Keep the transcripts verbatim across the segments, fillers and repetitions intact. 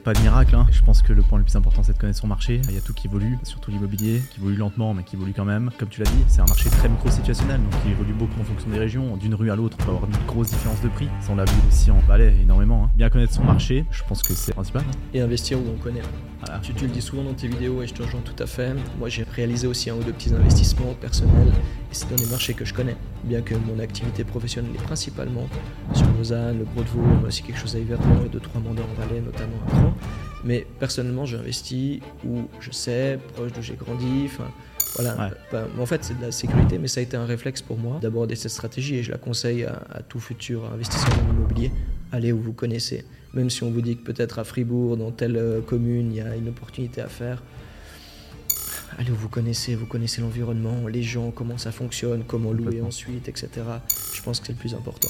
Pas de miracle, hein. Je pense que le point le plus important, c'est de connaître son marché. Il y a tout qui évolue, surtout l'immobilier, qui évolue lentement, mais qui évolue quand même. Comme tu l'as dit, c'est un marché très micro-situationnel, donc qui évolue beaucoup en fonction des régions. D'une rue à l'autre, on peut avoir une grosse différence de prix. Ça, on l'a vu aussi en Valais énormément. Hein. Bien connaître son marché, je pense que c'est principal. Hein. Et investir où on connaît. Voilà. Tu, tu le dis souvent dans tes vidéos et je te rejoins tout à fait. Moi, j'ai réalisé aussi un ou deux petits investissements personnels et c'est dans des marchés que je connais. Bien que mon activité professionnelle est principalement sur Lausanne, le Gros de Vaud, mais aussi quelque chose à Yverdon et deux, trois mandats en Valais, notamment à Caen. Mais personnellement, j'ai investi où je sais, proche d'où j'ai grandi. Enfin, voilà. Ouais. Bah, en fait, c'est de la sécurité, mais ça a été un réflexe pour moi d'aborder cette stratégie et je la conseille à, à tout futur investisseur dans l'immobilier. Allez où vous connaissez. Même si on vous dit que peut-être à Fribourg, dans telle euh, commune, il y a une opportunité à faire. Allez où vous connaissez, vous connaissez l'environnement, les gens, comment ça fonctionne, comment louer ensuite, et cetera. Je pense que c'est le plus important.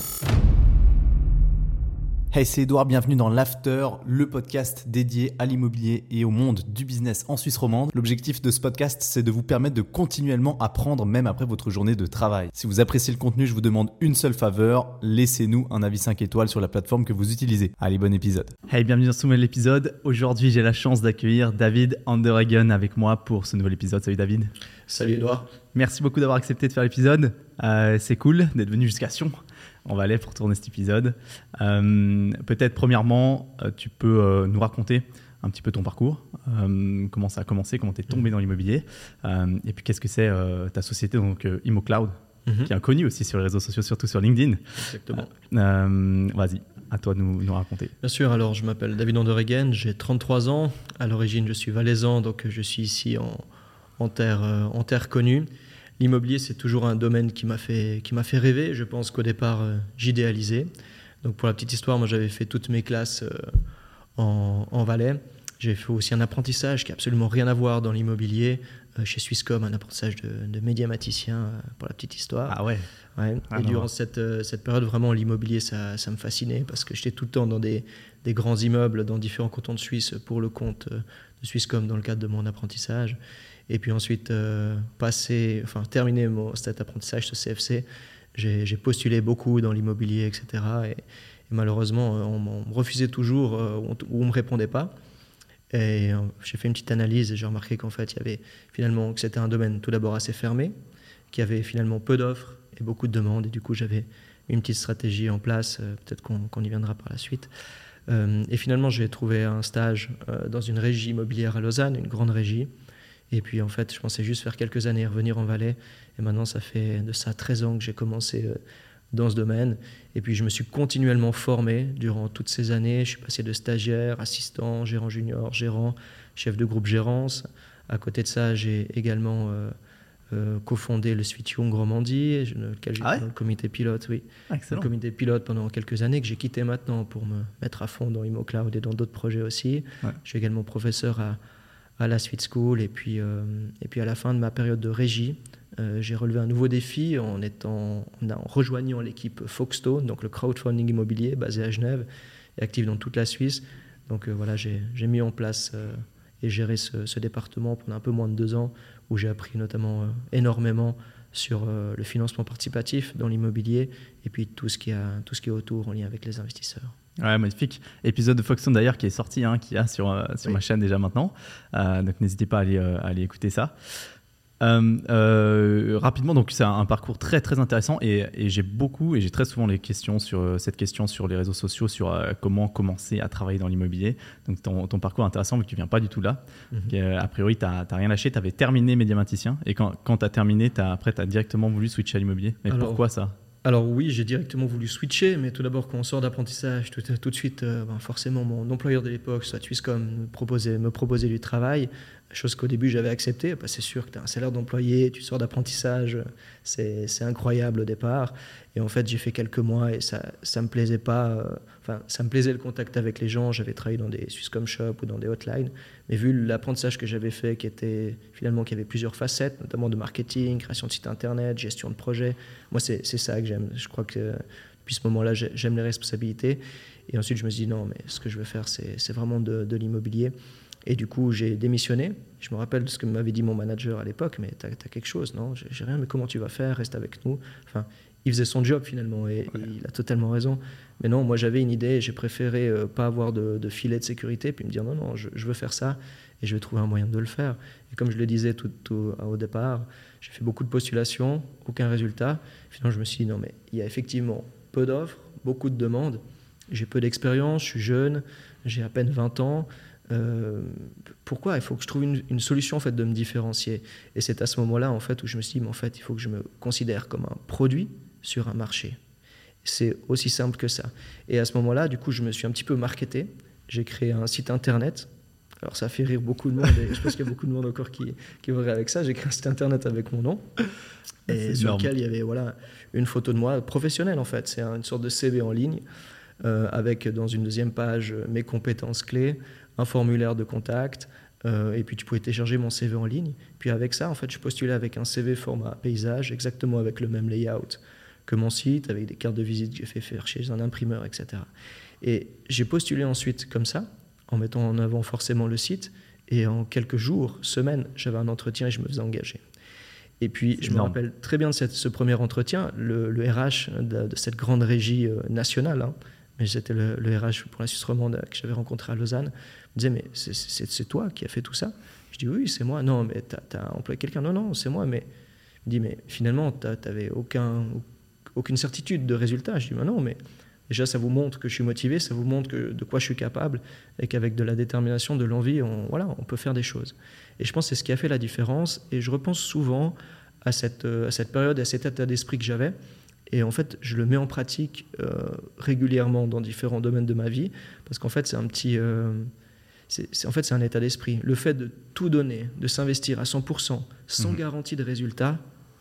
Hey, c'est Edouard, bienvenue dans l'After, le podcast dédié à l'immobilier et au monde du business en Suisse romande. L'objectif de ce podcast, c'est de vous permettre de continuellement apprendre même après votre journée de travail. Si vous appréciez le contenu, je vous demande une seule faveur, laissez-nous un avis cinq étoiles sur la plateforme que vous utilisez. Allez, bon épisode. Hey, bienvenue dans ce nouvel épisode. Aujourd'hui, j'ai la chance d'accueillir David Andereggen avec moi pour ce nouvel épisode. Salut David. Salut Edouard. Merci beaucoup d'avoir accepté de faire l'épisode. Euh, c'est cool d'être venu jusqu'à Sion. On va aller pour tourner cet épisode. Euh, peut-être premièrement, euh, tu peux euh, nous raconter un petit peu ton parcours, euh, comment ça a commencé, comment tu es tombé dans l'immobilier, euh, et puis qu'est-ce que c'est euh, ta société, donc euh, ImmoCloud, mm-hmm. qui est inconnue aussi sur les réseaux sociaux, surtout sur LinkedIn. Exactement. Euh, vas-y, à toi de nous, nous raconter. Bien sûr, alors je m'appelle David Andereggen, j'ai trente-trois ans. À l'origine, je suis valaisan, donc je suis ici en, en, terre, euh, en terre connue. L'immobilier, c'est toujours un domaine qui m'a fait, qui m'a fait rêver. Je pense qu'au départ, euh, j'idéalisais. Donc, pour la petite histoire, moi, j'avais fait toutes mes classes euh, en, en Valais. J'ai fait aussi un apprentissage qui n'a absolument rien à voir dans l'immobilier, euh, chez Swisscom, un apprentissage de, de médiamaticien, euh, pour la petite histoire. Ah ouais, ouais. Ah Et non. durant cette, euh, cette période, vraiment, l'immobilier, ça, ça me fascinait parce que j'étais tout le temps dans des, des grands immeubles, dans différents cantons de Suisse, pour le compte euh, de Swisscom, dans le cadre de mon apprentissage. Et puis ensuite, euh, passer, enfin, terminer mon, cet apprentissage, ce C F C, j'ai, j'ai postulé beaucoup dans l'immobilier, et cetera. Et, et malheureusement, on, on me refusait toujours euh, ou on ne me répondait pas. Et euh, j'ai fait une petite analyse et j'ai remarqué qu'en fait, il y avait finalement, que c'était un domaine tout d'abord assez fermé, qu'il y avait finalement peu d'offres et beaucoup de demandes. Et du coup, j'avais une petite stratégie en place, euh, peut-être qu'on, qu'on y viendra par la suite. Euh, et finalement, j'ai trouvé un stage euh, dans une régie immobilière à Lausanne, une grande régie. Et puis en fait, je pensais juste faire quelques années et revenir en Valais. Et maintenant, ça fait de ça treize ans que j'ai commencé euh, dans ce domaine. Et puis je me suis continuellement formé durant toutes ces années. Je suis passé de stagiaire, assistant, gérant junior, gérant, chef de groupe gérance. À côté de ça, j'ai également euh, euh, cofondé le Suite Young Romandie, dans lequel j'ai ah ouais dans le comité pilote, oui. Excellent. Le comité pilote pendant quelques années que j'ai quitté maintenant pour me mettre à fond dans ImmoCloud et dans d'autres projets aussi. Ouais. Je suis également professeur à à la Suite School et puis, euh, et puis à la fin de ma période de régie, euh, j'ai relevé un nouveau défi en, étant, en rejoignant l'équipe Foxstone, donc le crowdfunding immobilier basé à Genève et actif dans toute la Suisse. Donc euh, voilà, j'ai, j'ai mis en place euh, et géré ce, ce département pendant un peu moins de deux ans où j'ai appris notamment euh, énormément sur euh, le financement participatif dans l'immobilier et puis tout ce qui a, tout ce qui est autour en lien avec les investisseurs. Ouais, magnifique. Épisode de Foxstone d'ailleurs qui est sorti, hein, qui est sur, euh, sur oui. ma chaîne déjà maintenant. Euh, donc n'hésitez pas à aller, euh, à aller écouter ça. Euh, euh, rapidement, donc c'est un, un parcours très très intéressant et, et j'ai beaucoup et j'ai très souvent les questions sur euh, cette question sur les réseaux sociaux sur euh, comment commencer à travailler dans l'immobilier. Donc ton, ton parcours est intéressant mais tu viens pas du tout là. Mm-hmm. Et, euh, a priori, tu n'as rien lâché, tu avais terminé médiamaticien et quand, quand tu as terminé, t'as, après tu as directement voulu switcher à l'immobilier. Mais Alors, pourquoi ça ? Alors oui, j'ai directement voulu switcher, mais tout d'abord quand on sort d'apprentissage, tout, tout de suite, euh, ben forcément mon employeur de l'époque, soit Swisscom, me proposait, me proposait du travail, chose qu'au début j'avais acceptée. Ben, c'est sûr que tu as un salaire d'employé, tu sors d'apprentissage, c'est, c'est incroyable au départ. Et en fait j'ai fait quelques mois et ça ça me plaisait pas, euh, enfin ça me plaisait le contact avec les gens, j'avais travaillé dans des Swisscom Shop ou dans des hotlines, mais vu l'apprentissage que j'avais fait qui était finalement qui avait plusieurs facettes, notamment de marketing, création de site internet, gestion de projet, moi c'est, c'est ça que j'aime. Je crois que depuis ce moment-là j'aime les responsabilités et ensuite je me suis dit non mais ce que je veux faire c'est, c'est vraiment de, de l'immobilier. Et du coup, j'ai démissionné. Je me rappelle de ce que m'avait dit mon manager à l'époque, mais t'as, t'as quelque chose, non ? j'ai, j'ai rien, mais comment tu vas faire ? Reste avec nous. Enfin, il faisait son job finalement et, ouais. et il a totalement raison. Mais non, moi j'avais une idée, j'ai préféré euh, pas avoir de, de filet de sécurité, puis me dire non, non, je, je veux faire ça et je vais trouver un moyen de le faire. Et comme je le disais tout, tout au départ, j'ai fait beaucoup de postulations, aucun résultat. Finalement, je me suis dit non, mais il y a effectivement peu d'offres, beaucoup de demandes. J'ai peu d'expérience, je suis jeune, j'ai à peine vingt ans. Euh, pourquoi ? Il faut que je trouve une, une solution en fait, de me différencier. Et c'est à ce moment-là en fait, où je me suis dit, mais en fait, il faut que je me considère comme un produit sur un marché. C'est aussi simple que ça. Et à ce moment-là, du coup, je me suis un petit peu marketé. J'ai créé un site internet. Alors, ça fait rire beaucoup de monde. Et je pense qu'il y a beaucoup de monde encore qui, qui va rire avec ça. J'ai créé un site internet avec mon nom. Et sur lequel il y avait voilà, une photo de moi professionnelle, en fait. C'est une sorte de C V en ligne. Euh, avec, dans une deuxième page, mes compétences clés, un formulaire de contact. Euh, et puis, tu pouvais télécharger mon C V en ligne. Puis, avec ça, en fait, je postulais avec un C V format paysage, exactement avec le même layout que mon site, avec des cartes de visite que j'ai fait faire chez un imprimeur, et cetera. Et j'ai postulé ensuite comme ça, en mettant en avant forcément le site, et en quelques jours, semaines, j'avais un entretien et je me faisais engager. Et puis, c'est je énorme. Me rappelle très bien de cette, ce premier entretien, le, le R H de, de cette grande régie euh, nationale, hein, mais c'était le, le R H pour la Suisse romande que j'avais rencontré à Lausanne, me disait, mais c'est, c'est, c'est toi qui as fait tout ça ? Je dis, oui, c'est moi. Non, mais t'as, t'as employé quelqu'un ? Non, non, c'est moi. Mais il me dit, mais finalement, t'avais aucun... aucune certitude de résultat. Je dis, mais non, mais déjà, ça vous montre que je suis motivé, ça vous montre que, de quoi je suis capable et qu'avec de la détermination, de l'envie, on, voilà, on peut faire des choses. Et je pense que c'est ce qui a fait la différence. Et je repense souvent à cette, à cette période, à cet état d'esprit que j'avais. Et en fait, je le mets en pratique euh, régulièrement dans différents domaines de ma vie parce qu'en fait, c'est un petit... Euh, c'est, c'est, en fait, c'est un état d'esprit. Le fait de tout donner, de s'investir à cent pour cent, sans mmh. garantie de résultat,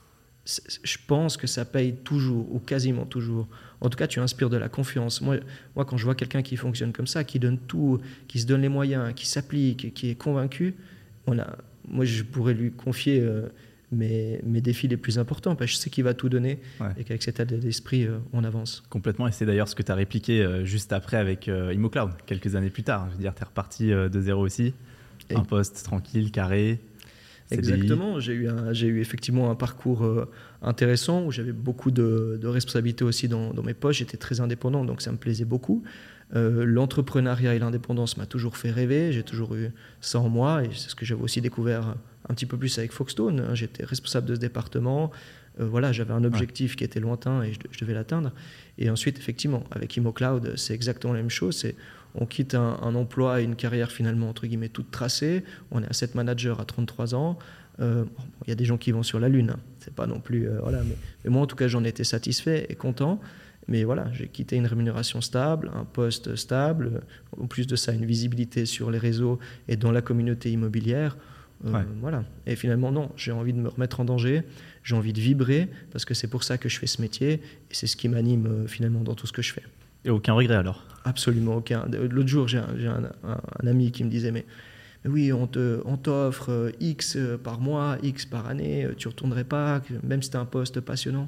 je pense que ça paye toujours, ou quasiment toujours. En tout cas, tu inspires de la confiance. Moi, moi quand je vois quelqu'un qui fonctionne comme ça, qui donne tout, qui se donne les moyens, qui s'applique, qui est convaincu, on a, moi, je pourrais lui confier euh, mes, mes défis les plus importants, parce que je sais qu'il va tout donner, ouais. et qu'avec cet état d'esprit, euh, on avance. Complètement, et c'est d'ailleurs ce que tu as répliqué euh, juste après avec euh, ImmoCloud, quelques années plus tard. Je veux dire, tu es reparti euh, de zéro aussi, et... un poste tranquille, carré. Exactement, j'ai eu, un, j'ai eu effectivement un parcours euh, intéressant où j'avais beaucoup de, de responsabilités aussi dans, dans mes poches, j'étais très indépendant donc ça me plaisait beaucoup. Euh, l'entrepreneuriat et l'indépendance m'a toujours fait rêver, j'ai toujours eu ça en moi et c'est ce que j'avais aussi découvert un petit peu plus avec Foxstone. J'étais responsable de ce département, euh, voilà, j'avais un objectif ouais. qui était lointain et je, je devais l'atteindre. Et ensuite, effectivement, avec ImmoCloud, c'est exactement la même chose, c'est on quitte un, un emploi et une carrière finalement entre guillemets toute tracée. On est asset manager à trente-trois ans. Il euh, bon, y a des gens qui vont sur la lune. Hein. C'est pas non plus euh, voilà. Mais, mais moi en tout cas j'en étais satisfait et content. Mais voilà, j'ai quitté une rémunération stable, un poste stable. En plus de ça, une visibilité sur les réseaux et dans la communauté immobilière. Euh, ouais. Voilà. Et finalement non, j'ai envie de me remettre en danger. J'ai envie de vibrer parce que c'est pour ça que je fais ce métier et c'est ce qui m'anime euh, finalement dans tout ce que je fais. Et aucun regret alors ? Absolument aucun. L'autre jour, j'ai, un, j'ai un, un, un ami qui me disait mais, mais oui, on, te, on t'offre X par mois, X par année, tu ne retournerais pas, même si tu as un poste passionnant.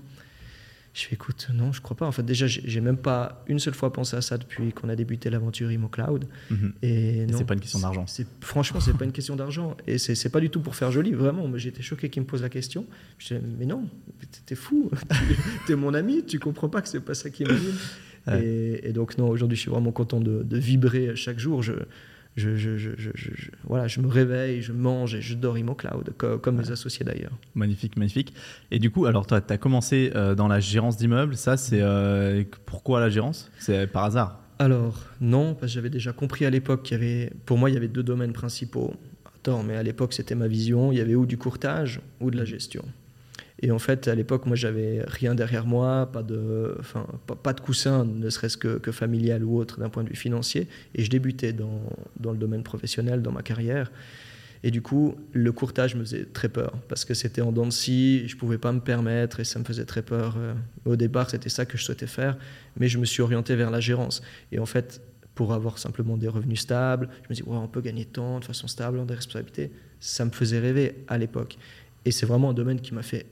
Je fais écoute, non, je ne crois pas. En fait, déjà, j'ai, j'ai même pas une seule fois pensé à ça depuis qu'on a débuté l'aventure ImmoCloud. Mmh. Et, et non, c'est pas une question d'argent. C'est, franchement, ce n'est pas une question d'argent. Et ce n'est pas du tout pour faire joli. Vraiment, moi, j'étais choqué qu'il me pose la question. Je disais mais non, t'es fou. Tu es mon ami, tu ne comprends pas que ce n'est pas ça qui m'anime. Ouais. Et, et donc non, aujourd'hui je suis vraiment content de, de vibrer chaque jour. Je, je, je, je, je, je, voilà, je me réveille, je mange et je dors ImmoCloud, comme, comme ouais. mes associés d'ailleurs. Magnifique, magnifique. Et du coup, alors toi, tu as commencé euh, dans la gérance d'immeubles. Ça, c'est euh, pourquoi la gérance ? C'est par hasard ? Alors non, parce que j'avais déjà compris à l'époque qu'il y avait, pour moi, il y avait deux domaines principaux. Attends, mais à l'époque, c'était ma vision. Il y avait ou du courtage ou de la gestion. Et en fait, à l'époque, moi, j'avais rien derrière moi, pas de, enfin, pas, pas de coussin, ne serait-ce que, que familial ou autre d'un point de vue financier. Et je débutais dans, dans le domaine professionnel, dans ma carrière. Et du coup, le courtage me faisait très peur parce que c'était en dents de scie, je ne pouvais pas me permettre et ça me faisait très peur. Au départ, c'était ça que je souhaitais faire, mais je me suis orienté vers la gérance. Et en fait, pour avoir simplement des revenus stables, je me dis, ouais, on peut gagner tant de façon stable, dans des responsabilités. Ça me faisait rêver à l'époque. Et c'est vraiment un domaine qui m'a fait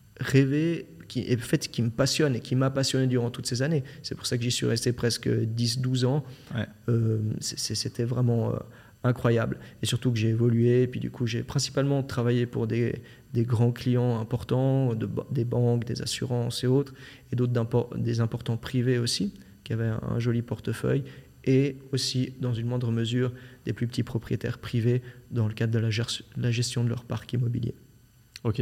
rêver, qui, en fait, qui me passionne et qui m'a passionné durant toutes ces années. C'est pour ça que j'y suis resté presque dix douze ans. Ouais. Euh, c'était vraiment euh, incroyable. Et surtout que j'ai évolué, et puis du coup j'ai principalement travaillé pour des, des grands clients importants, de, des banques, des assurances et autres, et d'autres des importants privés aussi, qui avaient un, un joli portefeuille, et aussi dans une moindre mesure des plus petits propriétaires privés dans le cadre de la, ger- la gestion de leur parc immobilier. Ok.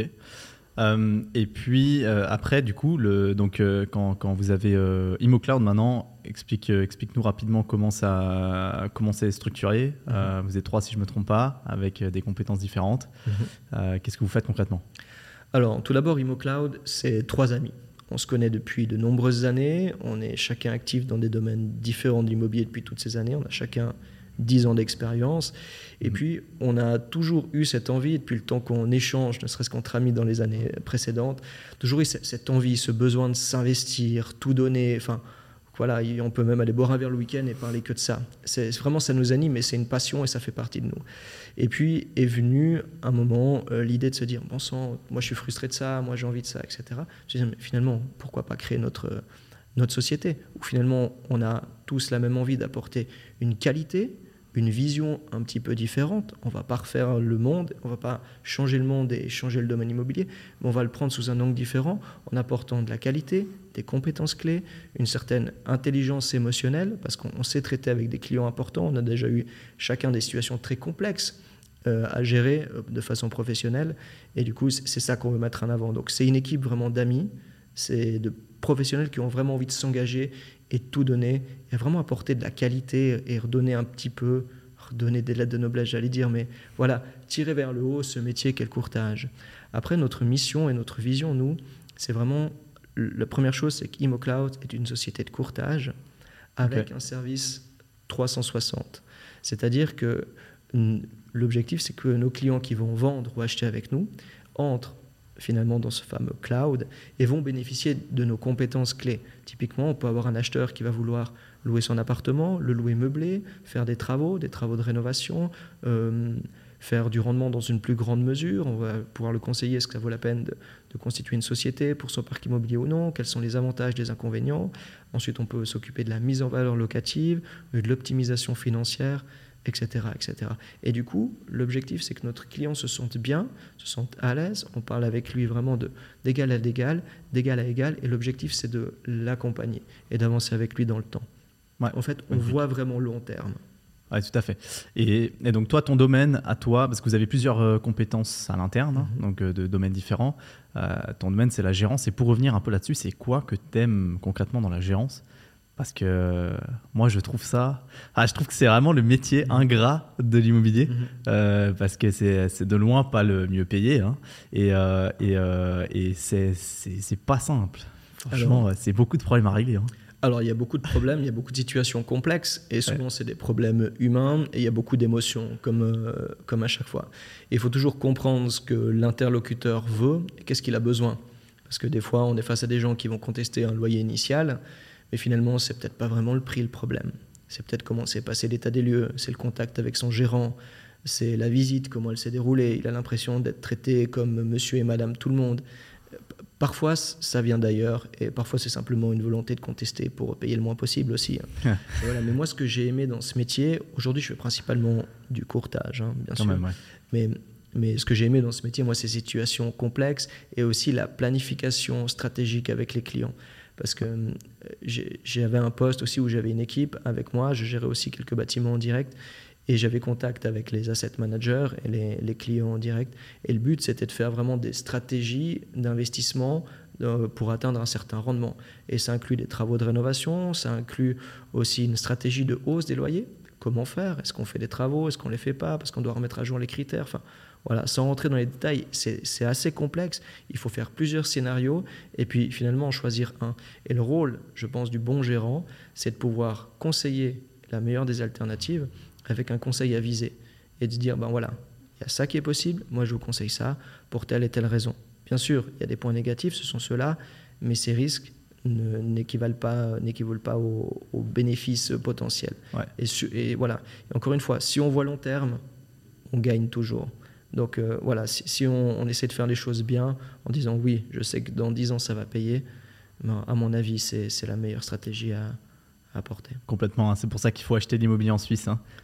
Euh, et puis euh, après, du coup, le, donc, euh, quand, quand vous avez euh, ImmoCloud maintenant, explique, euh, explique-nous rapidement comment ça, comment c'est structuré. Mm-hmm. Euh, vous êtes trois, si je ne me trompe pas, avec euh, des compétences différentes. Mm-hmm. Euh, qu'est-ce que vous faites concrètement ? Alors, tout d'abord, ImmoCloud, c'est trois amis. On se connaît depuis de nombreuses années. On est chacun actif dans des domaines différents de l'immobilier depuis toutes ces années. On a chacun dix ans d'expérience. Et mmh. puis, on a toujours eu cette envie, depuis le temps qu'on échange, ne serait-ce qu'entre amis dans les années précédentes, toujours eu cette envie, ce besoin de s'investir, tout donner. Enfin, voilà, on peut même aller boire un verre le week-end et parler que de ça. C'est, vraiment, ça nous anime et c'est une passion et ça fait partie de nous. Et puis est venu un moment euh, l'idée de se dire, bon sang, moi je suis frustré de ça, moi j'ai envie de ça, et cetera. Je me dis, mais finalement, pourquoi pas créer notre, notre société où finalement on a tous la même envie d'apporter une qualité, une vision un petit peu différente. On ne va pas refaire le monde, on ne va pas changer le monde et changer le domaine immobilier, mais on va le prendre sous un angle différent en apportant de la qualité, des compétences clés, une certaine intelligence émotionnelle, parce qu'on sait traiter avec des clients importants. On a déjà eu chacun des situations très complexes euh, à gérer euh, de façon professionnelle, et du coup, c'est, c'est ça qu'on veut mettre en avant. Donc, c'est une équipe vraiment d'amis, c'est de professionnels qui ont vraiment envie de s'engager et de tout donner, et vraiment apporter de la qualité et redonner un petit peu, redonner des lettres de noblesse, j'allais dire, mais voilà, tirer vers le haut ce métier qu'est le courtage. Après, notre mission et notre vision, nous, c'est vraiment, la première chose, c'est qu'ImmoCloud est une société de courtage avec okay. un service trois cent soixante. C'est-à-dire que l'objectif, c'est que nos clients qui vont vendre ou acheter avec nous entrent finalement dans ce fameux cloud et vont bénéficier de nos compétences clés. Typiquement, on peut avoir un acheteur qui va vouloir louer son appartement, le louer meublé, faire des travaux, des travaux de rénovation, euh, faire du rendement dans une plus grande mesure. On va pouvoir le conseiller, est-ce que ça vaut la peine de, de constituer une société pour son parc immobilier ou non, quels sont les avantages, les inconvénients. Ensuite, on peut s'occuper de la mise en valeur locative, de l'optimisation financière, et cetera, et cetera. Et du coup, l'objectif, c'est que notre client se sente bien, se sente à l'aise. On parle avec lui vraiment de, d'égal à d'égal, d'égal à égal. Et l'objectif, c'est de l'accompagner et d'avancer avec lui dans le temps. Ouais, en fait, on voit vraiment le long terme. Oui, tout à fait. Et, et donc, toi, ton domaine à toi, parce que vous avez plusieurs euh, compétences à l'interne, mm-hmm. donc euh, de domaines différents. Euh, ton domaine, c'est la gérance. Et pour revenir un peu là-dessus, c'est quoi que tu aimes concrètement dans la gérance ? Parce que euh, moi, je trouve ça... Ah, je trouve que c'est vraiment le métier ingrat de l'immobilier, mmh. euh, parce que c'est, c'est de loin pas le mieux payé. Hein, et euh, et, euh, et c'est, c'est, c'est pas simple. Franchement, alors, c'est beaucoup de problèmes à régler. Hein. Alors, il y a beaucoup de problèmes, il y a beaucoup de situations complexes, et souvent, ouais. c'est des problèmes humains, et il y a beaucoup d'émotions, comme, euh, comme à chaque fois. Et il faut toujours comprendre ce que l'interlocuteur veut, et qu'est-ce qu'il a besoin. Parce que des fois, on est face à des gens qui vont contester un loyer initial, mais finalement, c'est peut-être pas vraiment le prix le problème. C'est peut-être comment s'est passé l'état des lieux, c'est le contact avec son gérant, c'est la visite, comment elle s'est déroulée. Il a l'impression d'être traité comme monsieur et madame tout le monde. Parfois, ça vient d'ailleurs, et parfois, c'est simplement une volonté de contester pour payer le moins possible aussi. Hein. Voilà. Mais moi, ce que j'ai aimé dans ce métier, aujourd'hui, je fais principalement du courtage, hein, bien Quand sûr. Même, ouais. Mais Mais ce que j'ai aimé dans ce métier, moi, c'est ces situations complexes et aussi la planification stratégique avec les clients. Parce que euh, j'ai, j'avais un poste aussi où j'avais une équipe avec moi, je gérais aussi quelques bâtiments en direct et j'avais contact avec les asset managers et les, les clients en direct. Et le but, c'était de faire vraiment des stratégies d'investissement euh, pour atteindre un certain rendement. Et ça inclut des travaux de rénovation, ça inclut aussi une stratégie de hausse des loyers. Comment faire ? Est-ce qu'on fait des travaux ? Est-ce qu'on ne les fait pas ? Parce qu'on doit remettre à jour les critères. Enfin, voilà, sans rentrer dans les détails, c'est, c'est assez complexe. Il faut faire plusieurs scénarios et puis finalement en choisir un. Et le rôle, je pense, du bon gérant, c'est de pouvoir conseiller la meilleure des alternatives avec un conseil avisé et de dire, ben voilà, il y a ça qui est possible, moi je vous conseille ça pour telle et telle raison. Bien sûr, il y a des points négatifs, ce sont ceux-là, mais ces risques ne, n'équivalent pas, n'équivalent pas aux, aux bénéfices potentiels. Ouais. Et, su, et voilà, et encore une fois, si on voit long terme, on gagne toujours. Donc euh, voilà, si, si on, on essaie de faire les choses bien, en disant oui, je sais que dans dix ans ça va payer, ben, à mon avis, c'est, c'est la meilleure stratégie à, à apporter. Complètement, hein. C'est pour ça qu'il faut acheter l'immobilier en Suisse. Hein.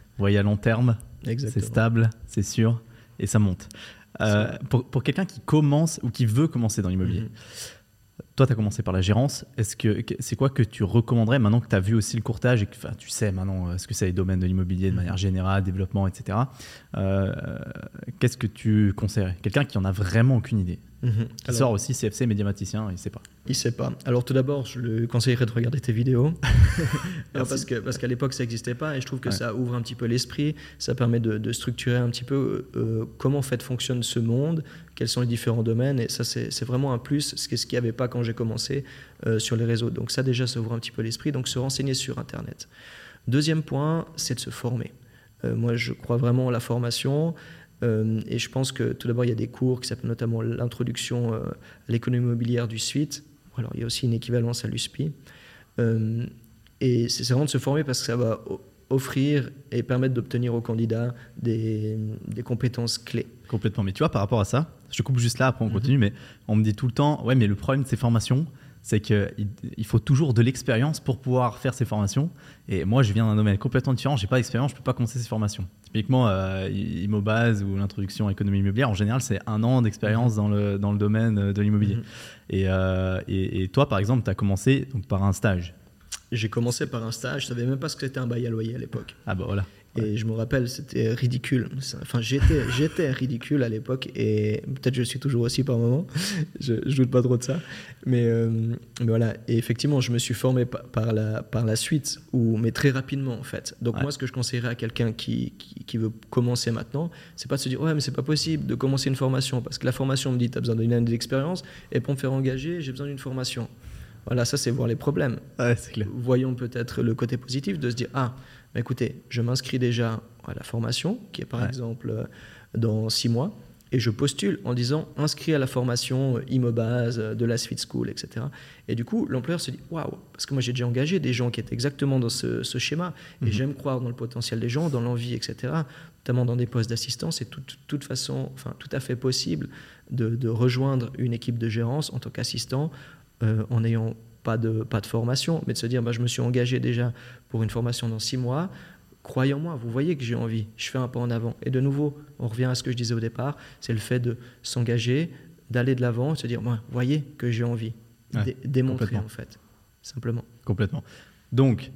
Vous voyez à long terme, Exactement. c'est stable, c'est sûr, et ça monte. Euh, pour, pour quelqu'un qui commence ou qui veut commencer dans l'immobilier, mm-hmm. toi, tu as commencé par la gérance. Est-ce que, c'est quoi que tu recommanderais maintenant que tu as vu aussi le courtage et que tu sais maintenant ce que c'est les domaines de l'immobilier de mm-hmm. manière générale, développement, et cetera. Euh, qu'est-ce que tu conseillerais? Quelqu'un qui en a vraiment aucune idée. Mmh. Qui Alors, sort aussi C F C, médiaticien, il ne sait pas. Il ne sait pas. Alors tout d'abord, je le conseillerais de regarder tes vidéos. Non, parce, que, parce qu'à l'époque, ça n'existait pas et je trouve que ouais. ça ouvre un petit peu l'esprit, ça permet de, de structurer un petit peu euh, comment en fait fonctionne ce monde, quels sont les différents domaines, et ça c'est, c'est vraiment un plus, ce qu'il n'y avait pas quand j'ai commencé euh, sur les réseaux. Donc ça déjà, ça ouvre un petit peu l'esprit, donc se renseigner sur Internet. Deuxième point, c'est de se former. Euh, moi, je crois vraiment à la formation. Euh, et je pense que tout d'abord, il y a des cours qui s'appellent notamment l'introduction euh, à l'économie immobilière du S U I T. Alors, il y a aussi une équivalence à l'U S P I. Euh, et c'est, c'est vraiment de se former parce que ça va offrir et permettre d'obtenir aux candidats des, des compétences clés. Complètement. Mais tu vois, par rapport à ça, je coupe juste là, après on continue, mm-hmm. mais on me dit tout le temps, ouais, mais le problème de ces formations, c'est qu'il il faut toujours de l'expérience pour pouvoir faire ces formations. Et moi, je viens d'un domaine complètement différent. Je n'ai pas d'expérience, je ne peux pas commencer ces formations. Typiquement, euh, Immobase ou l'introduction à l'économie immobilière, en général, c'est un an d'expérience mmh. dans le, dans le domaine de l'immobilier. Mmh. Et, euh, et, et toi, par exemple, tu as commencé donc, par un stage. J'ai commencé par un stage. Je ne savais même pas ce que c'était un bail à loyer à l'époque. Ah bah voilà. Et ouais. je me rappelle, c'était ridicule. Enfin, j'étais, j'étais ridicule à l'époque et peut-être je le suis toujours aussi par moment. Je ne doute pas trop de ça. Mais, euh, mais voilà. Et effectivement, je me suis formé par, par, la, par la suite, ou, mais très rapidement en fait. Donc ouais. moi, ce que je conseillerais à quelqu'un qui, qui, qui veut commencer maintenant, c'est pas de se dire « Ouais, mais c'est pas possible de commencer une formation. » Parce que la formation me dit « Tu as besoin d'une année d'expérience et pour me faire engager, j'ai besoin d'une formation. » Voilà, ça c'est voir les problèmes. Ouais, c'est clair. Voyons peut-être le côté positif de se dire « Ah, mais écoutez, je m'inscris déjà à la formation, qui est par ouais. exemple dans six mois, et je postule en disant inscrit à la formation Immobase de la Suite School, et cetera. Et du coup, l'employeur se dit waouh, parce que moi j'ai déjà engagé des gens qui étaient exactement dans ce, ce schéma, et mmh. j'aime croire dans le potentiel des gens, dans l'envie, et cetera. Notamment dans des postes d'assistance, c'est tout, toute façon, enfin tout à fait possible de, de rejoindre une équipe de gérance en tant qu'assistant euh, en ayant Pas de, pas de formation, mais de se dire bah, je me suis engagé déjà pour une formation dans six mois. Croyez en moi, vous voyez que j'ai envie, je fais un pas en avant. Et de nouveau, on revient à ce que je disais au départ, c'est le fait de s'engager, d'aller de l'avant, se dire bah, voyez que j'ai envie, ouais, Dé- démontrer en fait, simplement. Complètement. Donc,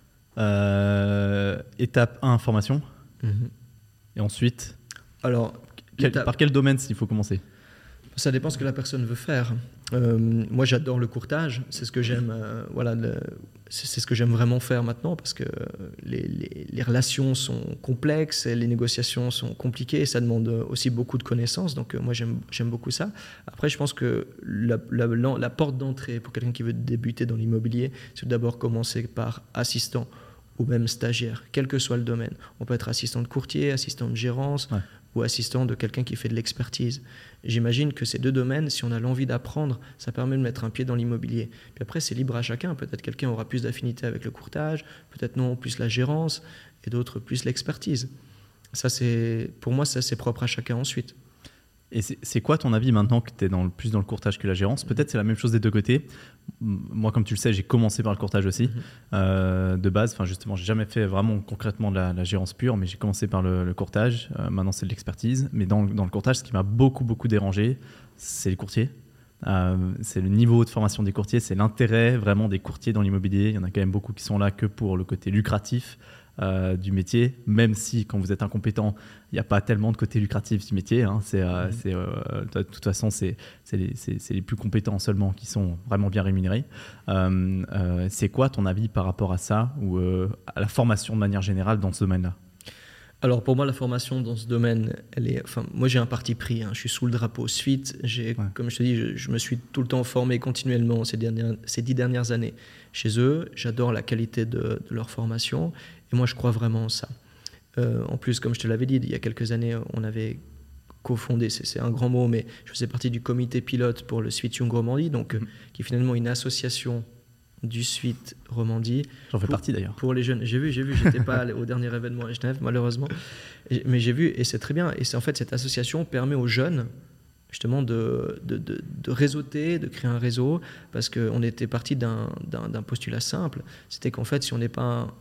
euh, étape un, formation. Mm-hmm. Et ensuite, Alors, quel, par quel domaine s'il faut commencer? Ça dépend ce que la personne veut faire. Euh, moi, j'adore le courtage. C'est ce que j'aime. Euh, voilà, le, c'est, c'est ce que j'aime vraiment faire maintenant parce que les, les, les relations sont complexes, et les négociations sont compliquées. Et ça demande aussi beaucoup de connaissances. Donc, euh, moi, j'aime, j'aime beaucoup ça. Après, je pense que la, la, la, la porte d'entrée pour quelqu'un qui veut débuter dans l'immobilier, c'est d'abord commencer par assistant ou même stagiaire, quel que soit le domaine. On peut être assistant de courtier, assistant de gérance. Ouais. ou assistant de quelqu'un qui fait de l'expertise. J'imagine que ces deux domaines, si on a l'envie d'apprendre, ça permet de mettre un pied dans l'immobilier. Puis après, c'est libre à chacun. Peut-être quelqu'un aura plus d'affinité avec le courtage, peut-être non, plus la gérance, et d'autres plus l'expertise. Ça, c'est, pour moi, ça, c'est propre à chacun ensuite. Et c'est, c'est quoi ton avis maintenant que tu es dans le, plus dans le courtage que la gérance? Peut-être c'est la même chose des deux côtés. Moi, comme tu le sais, j'ai commencé par le courtage aussi, mm-hmm. euh, de base. Enfin, justement, j'ai jamais fait vraiment concrètement de la, la gérance pure, mais j'ai commencé par le, le courtage. Euh, maintenant, c'est de l'expertise. Mais dans, dans le courtage, ce qui m'a beaucoup, beaucoup dérangé, c'est les courtiers. Euh, c'est le niveau de formation des courtiers, c'est l'intérêt vraiment des courtiers dans l'immobilier. Il y en a quand même beaucoup qui sont là que pour le côté lucratif euh, du métier, même si quand vous êtes incompétent, il n'y a pas tellement de côté lucratif du métier. Hein. C'est, euh, mmh. c'est, euh, de toute façon, c'est, c'est, les, c'est, c'est les plus compétents seulement qui sont vraiment bien rémunérés. Euh, euh, c'est quoi ton avis par rapport à ça ou euh, à la formation de manière générale dans ce domaine-là? Alors pour moi, la formation dans ce domaine, elle est, enfin, moi j'ai un parti pris, hein. Je suis sous le drapeau Suite. J'ai, ouais. Comme je te dis, je, je me suis tout le temps formé continuellement ces, dernières, ces dix dernières années chez eux. J'adore la qualité de, de leur formation et moi je crois vraiment en ça. Euh, en plus, comme je te l'avais dit, il y a quelques années, on avait cofondé, c'est, c'est un grand mot, mais je faisais partie du comité pilote pour le Suite Young Romandie, donc, mmh. qui est finalement une association du Suite Romandie. J'en fais pour, partie d'ailleurs. Pour les jeunes. J'ai vu, j'ai vu, j'étais pas au dernier événement à Genève, malheureusement. Et, mais j'ai vu, et c'est très bien. Et c'est en fait, cette association permet aux jeunes, justement, de, de, de, de réseauter, de créer un réseau, parce qu'on était parti d'un, d'un, d'un postulat simple. C'était qu'en fait, si on n'est pas un,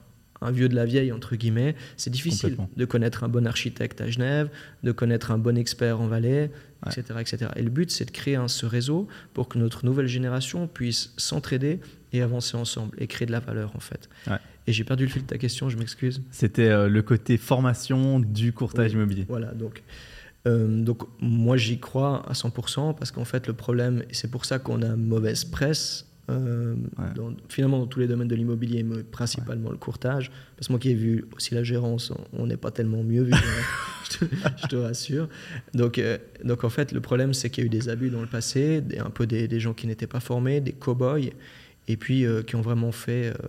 un vieux de la vieille, entre guillemets. C'est difficile de connaître un bon architecte à Genève, de connaître un bon expert en Valais, ouais. et cetera, et cetera. Et le but, c'est de créer un, ce réseau pour que notre nouvelle génération puisse s'entraider et avancer ensemble et créer de la valeur, en fait. Ouais. Et j'ai perdu le fil de ta question, je m'excuse. C'était euh, le côté formation du courtage oui, immobilier. Voilà, donc... Euh, donc moi j'y crois à cent pour cent parce qu'en fait le problème, et c'est pour ça qu'on a mauvaise presse euh, ouais. dans, finalement dans tous les domaines de l'immobilier, mais principalement ouais. le courtage, parce que moi qui ai vu aussi la gérance, on n'est pas tellement mieux vu, je, te, je te rassure. Donc, euh, donc en fait le problème c'est qu'il y a eu des abus dans le passé, des, un peu des, des gens qui n'étaient pas formés, des cow-boys, et puis euh, qui ont vraiment fait... Euh,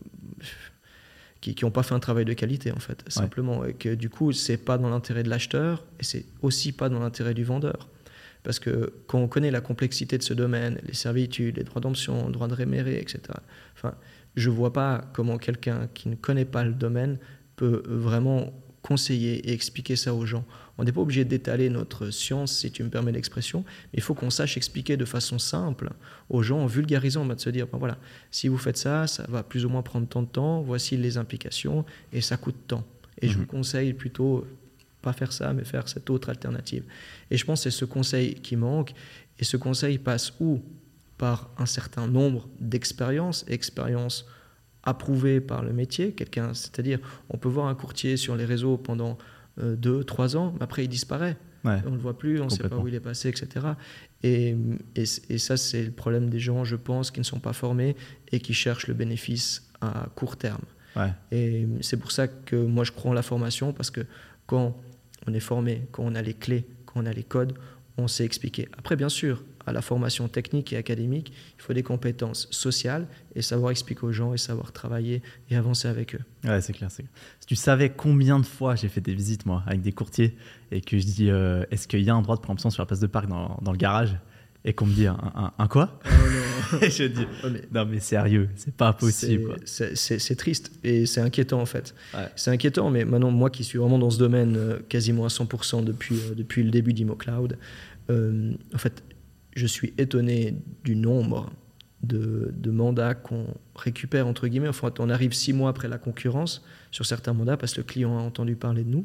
qui n'ont pas fait un travail de qualité, en fait, simplement. Ouais. Et que du coup, ce n'est pas dans l'intérêt de l'acheteur et ce n'est aussi pas dans l'intérêt du vendeur. Parce que quand on connaît la complexité de ce domaine, les servitudes, les droits d'option, les droits de réméré, et cetera, enfin, je ne vois pas comment quelqu'un qui ne connaît pas le domaine peut vraiment conseiller et expliquer ça aux gens. On n'est pas obligé d'étaler notre science, si tu me permets l'expression, mais il faut qu'on sache expliquer de façon simple aux gens, en vulgarisant, de se dire, ben voilà, si vous faites ça, ça va plus ou moins prendre tant de temps, voici les implications, et ça coûte tant. Et mmh. je vous conseille plutôt, pas faire ça, mais faire cette autre alternative. Et je pense que c'est ce conseil qui manque, et ce conseil passe où ? Par un certain nombre d'expériences, expériences approuvé par le métier, quelqu'un, c'est-à-dire on peut voir un courtier sur les réseaux pendant euh, deux, trois ans, mais après il disparaît. Ouais. On ne le voit plus, on ne sait pas où il est passé, et cetera. Et, et, et ça, c'est le problème des gens, je pense, qui ne sont pas formés et qui cherchent le bénéfice à court terme. Ouais. Et c'est pour ça que moi, je crois en la formation, parce que quand on est formé, quand on a les clés, quand on a les codes, on sait expliquer. Après, bien sûr, à la formation technique et académique, il faut des compétences sociales et savoir expliquer aux gens et savoir travailler et avancer avec eux. Ouais, c'est clair, c'est clair. Si tu savais combien de fois j'ai fait des visites, moi, avec des courtiers, et que je dis, euh, est-ce qu'il y a un droit de préemption sur la place de parc dans, dans le garage ? Et qu'on me dit, un, un, un quoi ? oh non. Et je dis, oh mais, non mais sérieux, c'est pas possible. C'est, c'est, c'est triste et c'est inquiétant en fait. Ouais. C'est inquiétant, mais maintenant, moi qui suis vraiment dans ce domaine euh, quasiment à cent pour cent depuis, euh, depuis le début d'ImmoCloud, euh, en fait, je suis étonné du nombre de, de mandats qu'on récupère, entre guillemets. Enfin, on arrive six mois après la concurrence sur certains mandats parce que le client a entendu parler de nous.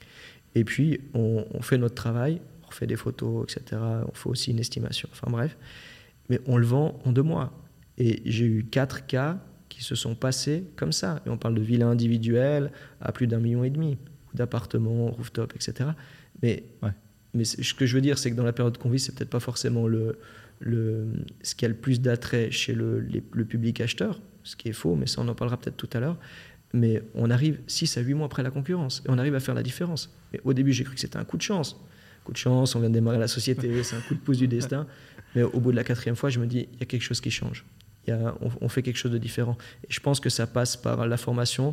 Et puis, on, on fait notre travail, on fait des photos, et cetera. On fait aussi une estimation, enfin bref. Mais on le vend en deux mois. Et j'ai eu quatre cas qui se sont passés comme ça. Et on parle de villas individuelles à plus d'un million et demi, ou d'appartements, rooftop, et cetera. Mais... Ouais. Mais ce que je veux dire, c'est que dans la période qu'on vit, c'est peut-être pas forcément le, le, ce qui a le plus d'attrait chez le, les, le public acheteur, ce qui est faux, mais ça on en parlera peut-être tout à l'heure. Mais on arrive six à huit mois après la concurrence et on arrive à faire la différence. Mais au début, j'ai cru que c'était un coup de chance. Coup de chance, on vient de démarrer la société, c'est un coup de pouce du destin. Mais au bout de la quatrième fois, je me dis, il y a quelque chose qui change. Il y a, on, on fait quelque chose de différent. Et je pense que ça passe par la formation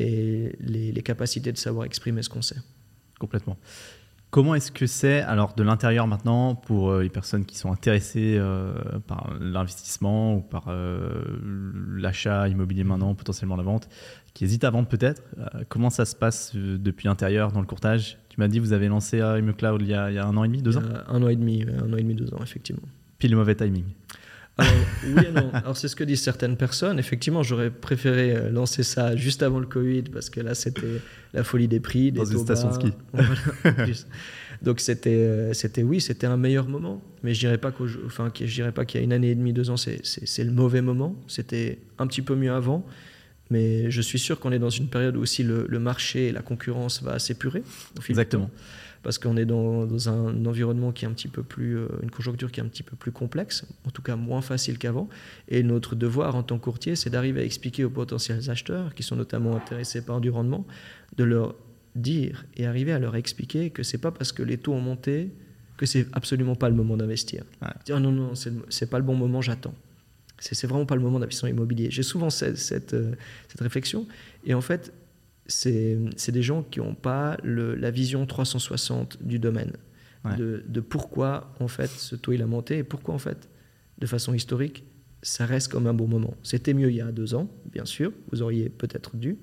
et les, les capacités de savoir exprimer ce qu'on sait. Complètement. Comment est-ce que c'est, alors de l'intérieur maintenant, pour euh, les personnes qui sont intéressées euh, par l'investissement ou par euh, l'achat immobilier maintenant, potentiellement la vente, qui hésitent à vendre peut-être, euh, comment ça se passe euh, depuis l'intérieur dans le courtage ? Tu m'as dit que vous avez lancé euh, ImmoCloud il y, a, il y a un an et demi, deux ans ? euh, Un an et demi, un an et demi, deux ans, effectivement. Pile le mauvais timing. Alors, oui et non. Alors, c'est ce que disent certaines personnes. Effectivement, j'aurais préféré lancer ça juste avant le Covid parce que là, c'était la folie des prix, des dans une station bas. de ski. Voilà. Donc, c'était, c'était, oui, c'était un meilleur moment. Mais je dirais pas qu'au, enfin, je dirais pas qu'il y a une année et demie, deux ans, c'est, c'est, c'est le mauvais moment. C'était un petit peu mieux avant. Mais je suis sûr qu'on est dans une période où aussi le, le marché et la concurrence va s'épurer au fil Exactement. du temps. Parce qu'on est dans, dans un environnement qui est un petit peu plus, euh, une conjoncture qui est un petit peu plus complexe, en tout cas moins facile qu'avant. Et notre devoir en tant que courtier, c'est d'arriver à expliquer aux potentiels acheteurs, qui sont notamment intéressés par du rendement, de leur dire et arriver à leur expliquer que c'est pas parce que les taux ont monté que c'est absolument pas le moment d'investir. Ouais. Dire non, non, c'est, c'est pas le bon moment, j'attends. C'est, c'est vraiment pas le moment d'investissement immobilier. J'ai souvent cette, cette, euh, cette réflexion. Et en fait, C'est, c'est des gens qui n'ont pas le, la vision trois cent soixante du domaine, ouais. de, de pourquoi en fait ce taux il a monté et pourquoi en fait, de façon historique, ça reste comme un bon moment. C'était mieux il y a deux ans, bien sûr, vous auriez peut-être dû,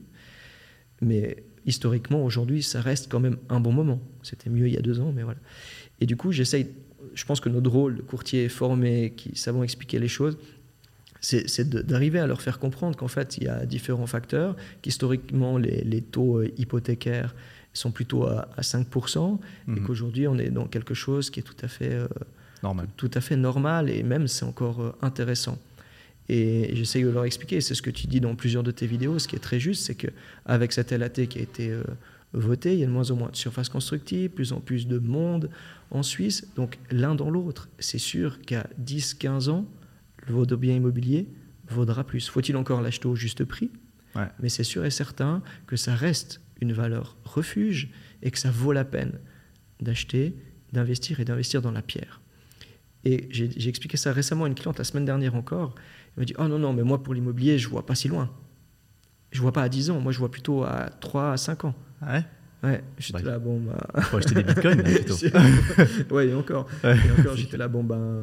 mais historiquement aujourd'hui, ça reste quand même un bon moment. C'était mieux il y a deux ans, mais voilà. Et du coup, j'essaye, je pense que notre rôle de courtier formé, qui savons expliquer les choses, c'est, c'est de, d'arriver à leur faire comprendre qu'en fait, il y a différents facteurs, qu'historiquement, les, les taux hypothécaires sont plutôt à, à cinq pour cent mmh. et qu'aujourd'hui, on est dans quelque chose qui est tout à fait, euh, normal. Tout, tout à fait normal et même, c'est encore euh, intéressant. Et j'essaye de leur expliquer, c'est ce que tu dis dans plusieurs de tes vidéos, ce qui est très juste, c'est qu'avec cette L A T qui a été euh, votée, il y a de moins en moins de surface constructible, plus en plus de monde en Suisse, donc l'un dans l'autre. C'est sûr qu'à dix à quinze ans, votre bien immobilier vaudra plus. Faut-il encore l'acheter au juste prix ? Ouais. Mais c'est sûr et certain que ça reste une valeur refuge et que ça vaut la peine d'acheter, d'investir et d'investir dans la pierre. Et j'ai, j'ai expliqué ça récemment à une cliente la semaine dernière encore. Elle m'a dit « Oh non, non, mais moi pour l'immobilier, je ne vois pas si loin. Je ne vois pas à dix ans, moi je vois plutôt à trois à cinq ans. Ah » Ouais. Ouais, j'étais bah, là, bon, bah. Faut acheter des bitcoins, là, plutôt. Ouais, et encore. Ouais. Et encore, j'étais là, bon, ben.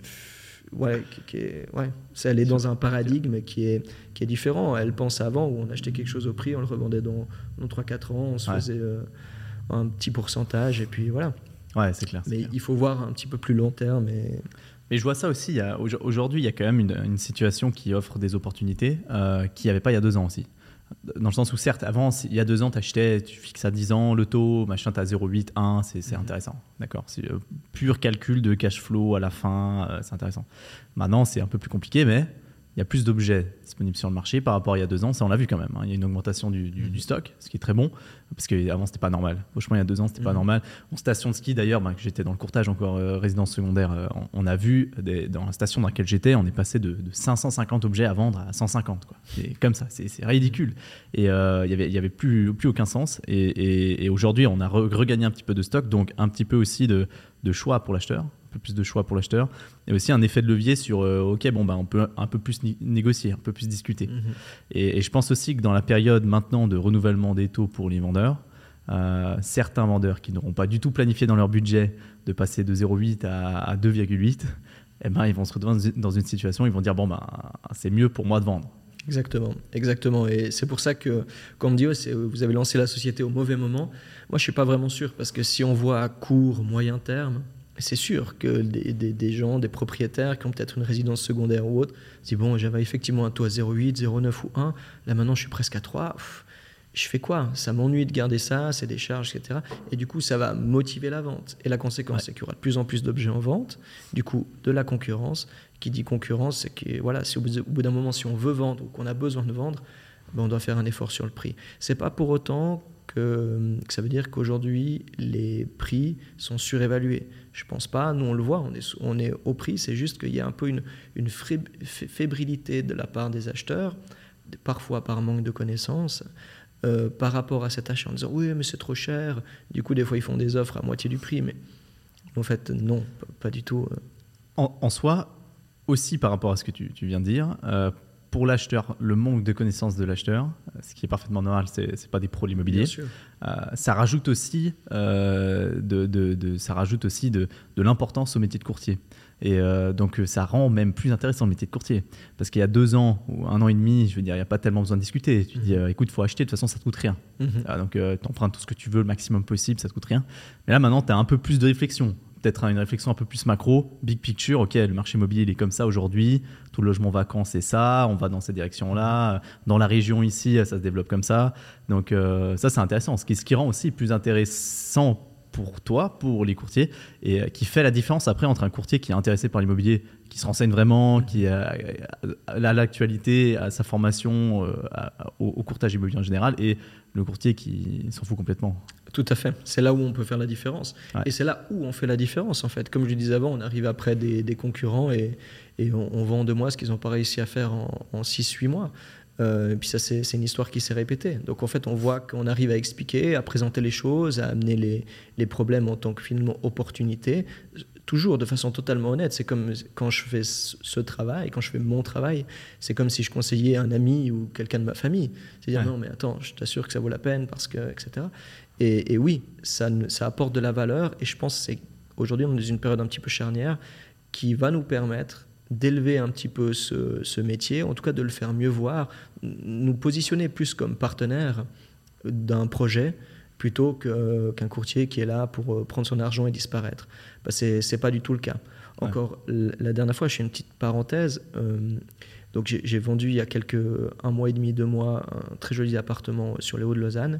Ouais, qui, qui est, ouais. Ça, elle est dans un paradigme qui est, qui est différent. Elle pense avant où on achetait quelque chose au prix, on le revendait dans, dans trois à quatre ans, on se ouais. faisait euh, un petit pourcentage, et puis voilà. Ouais, c'est clair. C'est Mais clair. il faut voir un petit peu plus long terme. Et... Mais je vois ça aussi. Il y a, aujourd'hui, il y a quand même une, une situation qui offre des opportunités euh, qu'il n'y avait pas il y a deux ans aussi. Dans le sens où, certes, avant, il y a deux ans, tu achetais, tu fixes à dix ans, le taux, machin, tu as zéro virgule huit, un, c'est, c'est mmh. intéressant. D'accord. C'est euh, pur calcul de cash flow à la fin, euh, c'est intéressant. Maintenant, c'est un peu plus compliqué, mais il y a plus d'objets disponibles sur le marché par rapport à il y a deux ans. Ça, on l'a vu quand même. Hein. Il y a une augmentation du, du, mmh. du stock, ce qui est très bon, parce qu'avant, c'était pas normal. Franchement, il y a deux ans, c'était mmh. pas normal. En station de ski, d'ailleurs, ben, j'étais dans le courtage encore euh, résidence secondaire, euh, on, on a vu, des, dans la station dans laquelle j'étais, on est passé de, de cinq cent cinquante objets à vendre à cent cinquante. Quoi. C'est comme ça, c'est, c'est ridicule. Et euh, il y avait, il y avait plus, plus aucun sens. Et, et, et aujourd'hui, on a re, regagné un petit peu de stock, donc un petit peu aussi de, de choix pour l'acheteur. Un peu plus de choix pour l'acheteur et aussi un effet de levier sur euh, ok bon bah on peut un peu plus ni- négocier, un peu plus discuter. Mmh. Et, et je pense aussi que dans la période maintenant de renouvellement des taux pour les vendeurs, euh, certains vendeurs qui n'auront pas du tout planifié dans leur budget de passer de zéro virgule huit à, à deux virgule huit, eh ben ils vont se retrouver dans une situation, ils vont dire bon bah c'est mieux pour moi de vendre. Exactement, exactement. Et c'est pour ça que, quand on me dit oh, c'est, vous avez lancé la société au mauvais moment, moi je suis pas vraiment sûr parce que si on voit à court, moyen terme. C'est sûr que des, des, des gens, des propriétaires qui ont peut-être une résidence secondaire ou autre, disent bon, j'avais effectivement un taux à zéro virgule huit, zéro virgule neuf ou un, là maintenant je suis presque à trois, pff, je fais quoi ? Ça m'ennuie de garder ça, c'est des charges, et cetera. Et du coup, ça va motiver la vente. Et la conséquence, ouais. c'est qu'il y aura de plus en plus d'objets en vente, du coup, de la concurrence. Qui dit concurrence, c'est que voilà, si au bout d'un moment, si on veut vendre ou qu'on a besoin de vendre, ben on doit faire un effort sur le prix. C'est pas pour autant que, que ça veut dire qu'aujourd'hui, les prix sont surévalués. Je pense pas, nous on le voit, on est, on est au prix, c'est juste qu'il y a un peu une, une fébrilité de la part des acheteurs, parfois par manque de connaissances, euh, par rapport à cet achat en disant « oui, mais c'est trop cher ». Du coup, des fois, ils font des offres à moitié du prix, mais en fait, non, pas, pas du tout. En, en soi, aussi par rapport à ce que tu, tu viens de dire, euh, pour l'acheteur, le manque de connaissances de l'acheteur, ce qui est parfaitement normal, c'est, c'est pas des pros de l'immobilier. Euh, ça rajoute aussi, euh, de, de, de, ça rajoute aussi de, de l'importance au métier de courtier. Et euh, donc ça rend même plus intéressant le métier de courtier. Parce qu'il y a deux ans ou un an et demi, je veux dire, il n'y a pas tellement besoin de discuter. Tu mmh. dis, euh, écoute, il faut acheter, de toute façon, ça ne te coûte rien. Mmh. Ah, donc euh, tu empruntes tout ce que tu veux le maximum possible, ça ne te coûte rien. Mais là, maintenant, tu as un peu plus de réflexion. Peut-être une réflexion un peu plus macro, big picture, ok, le marché immobilier il est comme ça aujourd'hui, tout le logement vacant c'est ça, on va dans cette direction-là, dans la région ici ça se développe comme ça, donc euh, ça c'est intéressant, ce qui, ce qui rend aussi plus intéressant pour toi, pour les courtiers, et qui fait la différence après entre un courtier qui est intéressé par l'immobilier, qui se renseigne vraiment, qui a, a l'actualité, a sa formation euh, à, au, au courtage immobilier en général, et le courtier qui s'en fout complètement. Tout à fait. C'est là où on peut faire la différence. Ouais. Et c'est là où on fait la différence, en fait. Comme je le disais avant, on arrive après des, des concurrents et, et on, on vend de mois ce qu'ils n'ont pas réussi à faire en, en six huit mois. Euh, et puis ça, c'est, c'est une histoire qui s'est répétée. Donc en fait, on voit qu'on arrive à expliquer, à présenter les choses, à amener les, les problèmes en tant que finalement opportunité, toujours de façon totalement honnête. C'est comme quand je fais ce travail, quand je fais mon travail, c'est comme si je conseillais un ami ou quelqu'un de ma famille. C'est-à-dire, ouais. non, mais attends, je t'assure que ça vaut la peine, parce que, et cetera. Et, et oui, ça, ça apporte de la valeur. Et je pense qu'aujourd'hui, on est dans une période un petit peu charnière qui va nous permettre d'élever un petit peu ce, ce métier, en tout cas de le faire mieux voir, nous positionner plus comme partenaire d'un projet plutôt que, qu'un courtier qui est là pour euh, prendre son argent et disparaître. Bah, c'est, c'est pas du tout le cas. Encore, ouais. La dernière fois, je fais une petite parenthèse. Euh, donc j'ai, j'ai vendu il y a quelques, un mois et demi, deux mois, un très joli appartement sur les Hauts de Lausanne.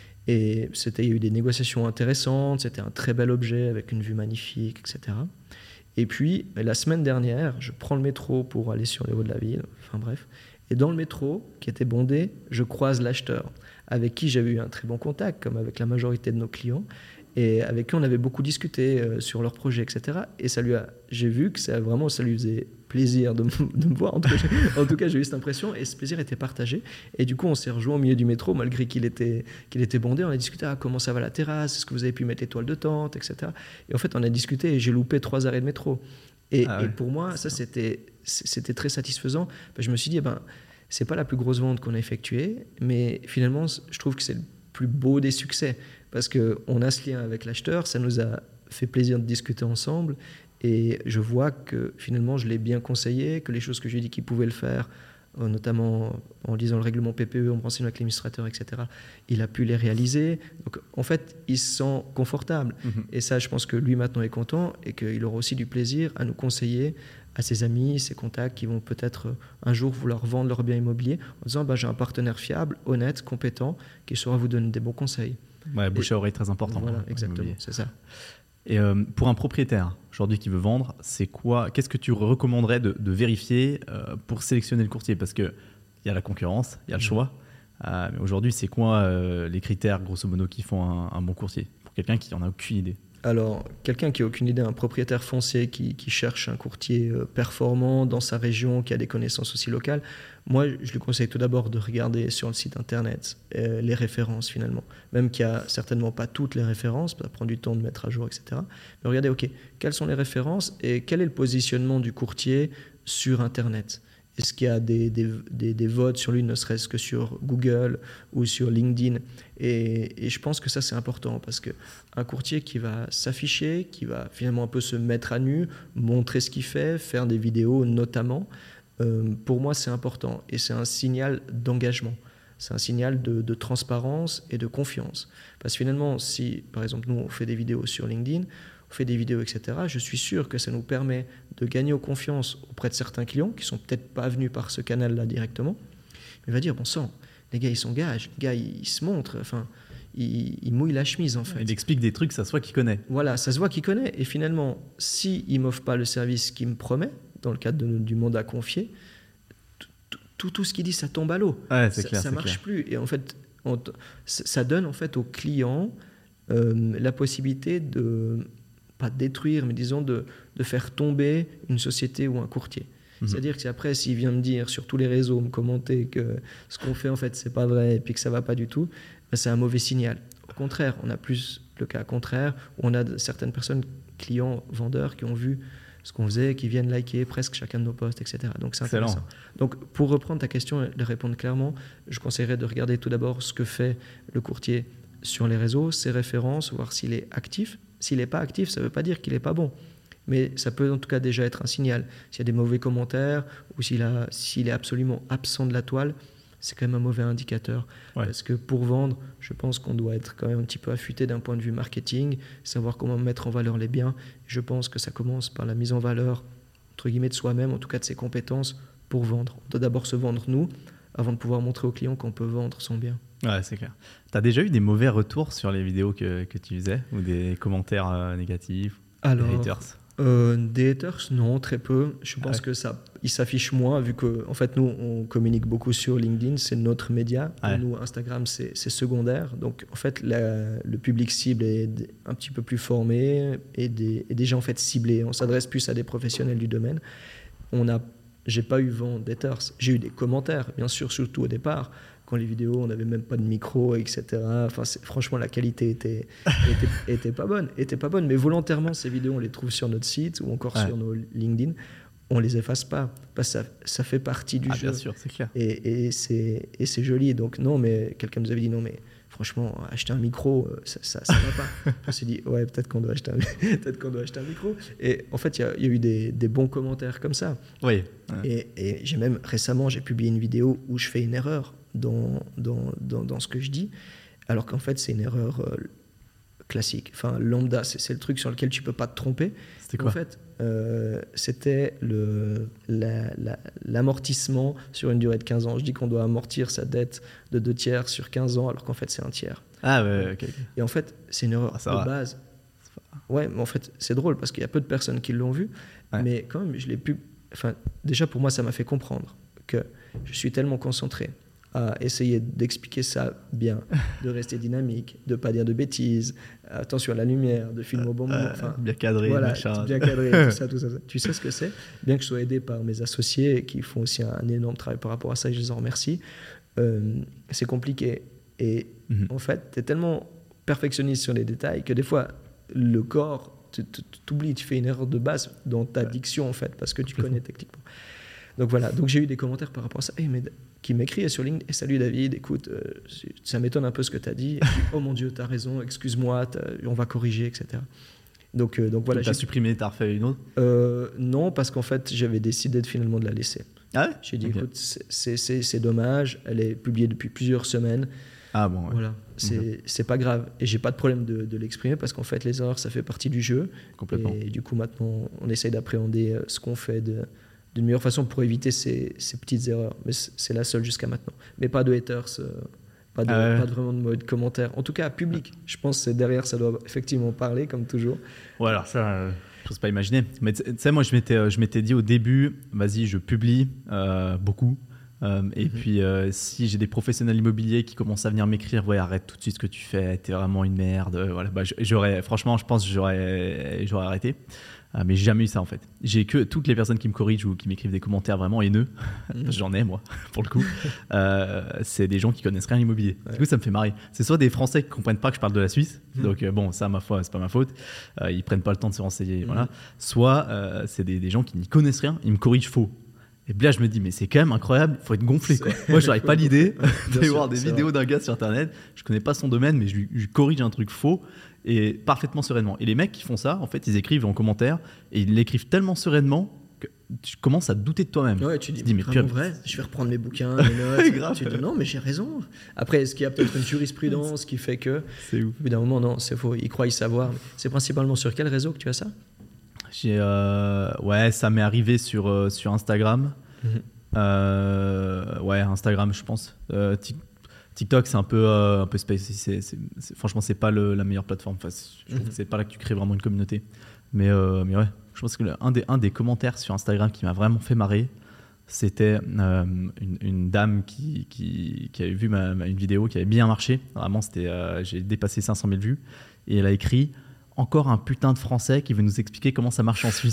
Et c'était, il y a eu des négociations intéressantes, c'était un très bel objet avec une vue magnifique, et cetera. Et puis, la semaine dernière, je prends le métro pour aller sur les hauts de la ville, enfin bref. Et dans le métro, qui était bondé, je croise l'acheteur, avec qui j'avais eu un très bon contact, comme avec la majorité de nos clients, et avec qui on avait beaucoup discuté euh, sur leurs projets, et cetera. Et ça lui a, j'ai vu que ça, vraiment, ça lui faisait plaisir de me, de me voir. En tout, cas, j'ai, en tout cas, j'ai eu cette impression, et ce plaisir était partagé. Et du coup, on s'est rejoint au milieu du métro, malgré qu'il était, qu'il était bondé. On a discuté, ah, comment ça va la terrasse, est-ce que vous avez pu mettre les toiles de tente, et cetera. Et en fait, on a discuté, et j'ai loupé trois arrêts de métro. Et, ah ouais, et pour moi, ça, c'était, c'était très satisfaisant. Je me suis dit, eh ben, c'est pas la plus grosse vente qu'on a effectuée, mais finalement, je trouve que c'est le plus beau des succès, parce qu'on a ce lien avec l'acheteur, ça nous a fait plaisir de discuter ensemble, et je vois que finalement, je l'ai bien conseillé, que les choses que je lui ai dit qu'il pouvait le faire, notamment en lisant le règlement P P E, en me renseignant avec l'administrateur, et cetera, il a pu les réaliser. Donc, en fait, il se sent confortable. Mm-hmm. Et ça, je pense que lui, maintenant, est content, et qu'il aura aussi du plaisir à nous conseiller à ses amis, ses contacts qui vont peut-être un jour vouloir vendre leur bien immobilier en disant bah, j'ai un partenaire fiable, honnête, compétent, qui saura vous donner des bons conseils. Ouais, bouche à oreille très important. Voilà, exactement, c'est ça. Et euh, pour un propriétaire aujourd'hui qui veut vendre, c'est quoi, qu'est-ce que tu recommanderais de, de vérifier euh, pour sélectionner le courtier ? Parce qu'il y a la concurrence, il y a le mmh. choix. Euh, mais aujourd'hui, c'est quoi euh, les critères, grosso modo, qui font un, un bon courtier pour quelqu'un qui n'en a aucune idée ? Alors, quelqu'un qui n'a aucune idée, un propriétaire foncier qui, qui cherche un courtier euh, performant dans sa région, qui a des connaissances aussi locales, moi, je lui conseille tout d'abord de regarder sur le site internet euh, les références finalement. Même qu'il n'y a certainement pas toutes les références, ça prend du temps de mettre à jour, et cetera. Mais regardez, OK, quelles sont les références et quel est le positionnement du courtier sur Internet ? Est-ce qu'il y a des, des, des, des votes sur lui, ne serait-ce que sur Google ou sur LinkedIn ? Et, et je pense que ça, c'est important parce qu'un courtier qui va s'afficher, qui va finalement un peu se mettre à nu, montrer ce qu'il fait, faire des vidéos notamment, euh, pour moi, c'est important. Et c'est un signal d'engagement. C'est un signal de, de transparence et de confiance. Parce que finalement, si, par exemple, nous, on fait des vidéos sur LinkedIn, on fait des vidéos, et cetera, je suis sûr que ça nous permet de gagner en confiance auprès de certains clients qui ne sont peut-être pas venus par ce canal-là directement. Mais il va dire, bon sang, les gars, ils s'engagent, les gars, ils, ils se montrent, enfin, ils, ils mouillent la chemise, en fait. Il explique des trucs, ça se voit qu'il connaît. Voilà, ça se voit qu'il connaît. Et finalement, s'il ne m'offre pas le service qu'il me promet, dans le cadre de, du mandat confié, tout, tout, tout ce qu'il dit, ça tombe à l'eau. Ouais, c'est ça clair, ça c'est marche clair. plus. Et en fait, on, ça donne en fait aux clients euh, la possibilité de... pas de détruire, mais disons de, de faire tomber une société ou un courtier. Mmh. C'est-à-dire que si après, s'il vient me dire sur tous les réseaux, me commenter que ce qu'on fait, en fait, c'est pas vrai et puis que ça va pas du tout, ben c'est un mauvais signal. Au contraire, on a plus le cas contraire, où on a de, certaines personnes, clients, vendeurs, qui ont vu ce qu'on faisait, qui viennent liker presque chacun de nos posts, et cetera. Donc c'est intéressant. Excellent. Donc pour reprendre ta question et de répondre clairement, je conseillerais de regarder tout d'abord ce que fait le courtier sur les réseaux, ses références, voir s'il est actif. S'il n'est pas actif, ça ne veut pas dire qu'il n'est pas bon. Mais ça peut en tout cas déjà être un signal. S'il y a des mauvais commentaires ou s'il, a, s'il est absolument absent de la toile, c'est quand même un mauvais indicateur. Ouais. Parce que pour vendre, je pense qu'on doit être quand même un petit peu affûté d'un point de vue marketing, savoir comment mettre en valeur les biens. Je pense que ça commence par la mise en valeur, entre guillemets, de soi-même, en tout cas de ses compétences, pour vendre. On doit d'abord se vendre nous, avant de pouvoir montrer aux clients qu'on peut vendre son bien. Ouais, c'est clair. Tu as déjà eu des mauvais retours sur les vidéos que, que tu faisais ou des commentaires euh, négatifs? Alors, des haters euh, Des haters, non, très peu. Je pense ah ouais. que ça, ils s'affichent moins vu que, en fait, nous, on communique beaucoup sur LinkedIn, c'est notre média. Ah ouais. Nous, Instagram, c'est, c'est secondaire. Donc, en fait, la, le public cible est un petit peu plus formé et, des, et déjà en fait ciblé. On s'adresse plus à des professionnels du domaine. On a, j'ai pas eu vent d'haters. J'ai eu des commentaires, bien sûr, surtout au départ. Quand les vidéos, on n'avait même pas de micro, et cetera. Enfin, c'est, franchement, la qualité était, était, était pas bonne, était pas bonne. Mais volontairement, ces vidéos, on les trouve sur notre site ou encore ouais. sur nos LinkedIn. On les efface pas, parce que ça, ça fait partie du ah, jeu. Bien sûr, c'est clair. Et, et, c'est, et c'est joli. Donc non, mais quelqu'un nous avait dit non, mais franchement, acheter un micro, ça, ça, ça va pas. On s'est dit ouais, peut-être qu'on doit acheter un, peut-être qu'on doit acheter un micro. Et en fait, il y, y a eu des, des bons commentaires comme ça. Oui. Ouais. Et, et j'ai même récemment, j'ai publié une vidéo où je fais une erreur dans, dans, dans, dans ce que je dis. alors qu'en fait, c'est une erreur euh, classique. Enfin, lambda, c'est, c'est le truc sur lequel tu peux pas te tromper. C'était quoi ? En fait, euh, c'était le, la, la, l'amortissement sur une durée de quinze ans. Je dis qu'on doit amortir sa dette de deux tiers sur quinze ans, alors qu'en fait, c'est un tiers. Ah ouais, ok. Et en fait, c'est une erreur Ah, ça de va. base. Ouais, mais en fait, c'est drôle parce qu'il y a peu de personnes qui l'ont vu, Ouais. mais quand même, je l'ai pu. Enfin, déjà pour moi, ça m'a fait comprendre que je suis tellement concentré à essayer d'expliquer ça bien, de rester dynamique, de pas dire de bêtises, attention à la lumière, de filmer au bon moment. Enfin, bien cadré, voilà, machin. bien cadré, tout ça, tout ça, ça. Tu sais ce que c'est. Bien que je sois aidé par mes associés qui font aussi un, un énorme travail par rapport à ça, et je les en remercie. Euh, c'est compliqué. Et Mhm. en fait, tu es tellement perfectionniste sur les détails que des fois, le corps, tu t'oublies, tu fais une erreur de base dans ta Ouais. diction, en fait, parce que tu Complètement. connais techniquement. Donc voilà, donc j'ai eu des commentaires par rapport à ça. Hey, mais, qui m'écrit sur LinkedIn, hey, salut David, écoute, euh, ça m'étonne un peu ce que tu as dit. Oh mon Dieu, tu as raison, excuse-moi, t'as, on va corriger, et cetera. Donc, euh, donc voilà. Tu as j'ai... supprimé, tu as refait une autre ? euh, Non, parce qu'en fait, j'avais décidé de, finalement de la laisser. Ah ouais ? J'ai dit, Ok. écoute, c'est, c'est, c'est, c'est dommage, elle est publiée depuis plusieurs semaines. Ah bon, ouais. Voilà, c'est, Mhm. c'est pas grave. Et j'ai pas de problème de, de l'exprimer parce qu'en fait, les erreurs, ça fait partie du jeu. Complètement. Et du coup, maintenant, on essaye d'appréhender ce qu'on fait de, d'une meilleure façon pour éviter ces, ces petites erreurs. Mais c'est la seule jusqu'à maintenant. Mais pas de haters, euh, pas, de, Ah ouais. pas de vraiment de mode commentaire. En tout cas, public. Je pense que derrière, ça doit effectivement parler, comme toujours. Ouais, alors ça, euh, j'ose pas imaginer. Mais tu sais, moi, je m'étais, euh, je m'étais dit au début, vas-y, je publie euh, beaucoup. Euh, et Mhm. puis, euh, si j'ai des professionnels immobiliers qui commencent à venir m'écrire, ouais, arrête tout de suite ce que tu fais, t'es vraiment une merde. euh, Voilà, bah, j'aurais, franchement, je pense que j'aurais, j'aurais arrêté. Euh, mais j'ai jamais eu ça en fait. J'ai que toutes les personnes qui me corrigent ou qui m'écrivent des commentaires vraiment haineux, Mhm. j'en ai moi, pour le coup, euh, c'est des gens qui connaissent rien à l'immobilier. Ouais. Du coup, ça me fait marrer. C'est soit des Français qui comprennent pas que je parle de la Suisse, Mhm. donc euh, bon, ça, ma foi, c'est pas ma faute. Euh, ils prennent pas le temps de se renseigner, Mhm. voilà. Soit euh, c'est des, des gens qui n'y connaissent rien, ils me corrigent faux. Et puis là, je me dis, mais c'est quand même incroyable, il faut être gonflé. Quoi. Moi, j'aurais pas l'idée d'aller voir des vidéos d'un gars sur Internet, je connais pas son domaine, mais je lui, je lui corrige un truc faux, et parfaitement sereinement. Et les mecs qui font ça, en fait, ils écrivent en commentaire, et ils l'écrivent tellement sereinement que tu commences à te douter de toi-même. Ouais, tu dis, dis, mais vraiment purée. vrai, je vais reprendre mes bouquins, mes notes. Grave. Tu dis, non, mais j'ai raison. Après, est-ce qu'il y a peut-être une jurisprudence qui fait que, C'est ouf. au bout d'un moment, non, c'est faux, ils croient y savoir. C'est principalement sur quel réseau que tu as ça? J'ai, euh, ouais, ça m'est arrivé sur, euh, sur Instagram. Mhm. Euh, ouais, Instagram, je pense. Euh, Tik- TikTok, c'est un peu, euh, un peu space. C'est, c'est, c'est, franchement, c'est pas le, la meilleure plateforme. Enfin, c'est- je trouve Mhm. que c'est pas là que tu crées vraiment une communauté. Mais, euh, mais ouais, je pense que le- un, des, un des commentaires sur Instagram qui m'a vraiment fait marrer, c'était euh, une, une dame qui, qui, qui avait vu ma, ma- une vidéo qui avait bien marché. Vraiment, c'était, euh, j'ai dépassé cinq cent mille vues. Et elle a écrit « Encore un putain de Français qui veut nous expliquer comment ça marche en Suisse ».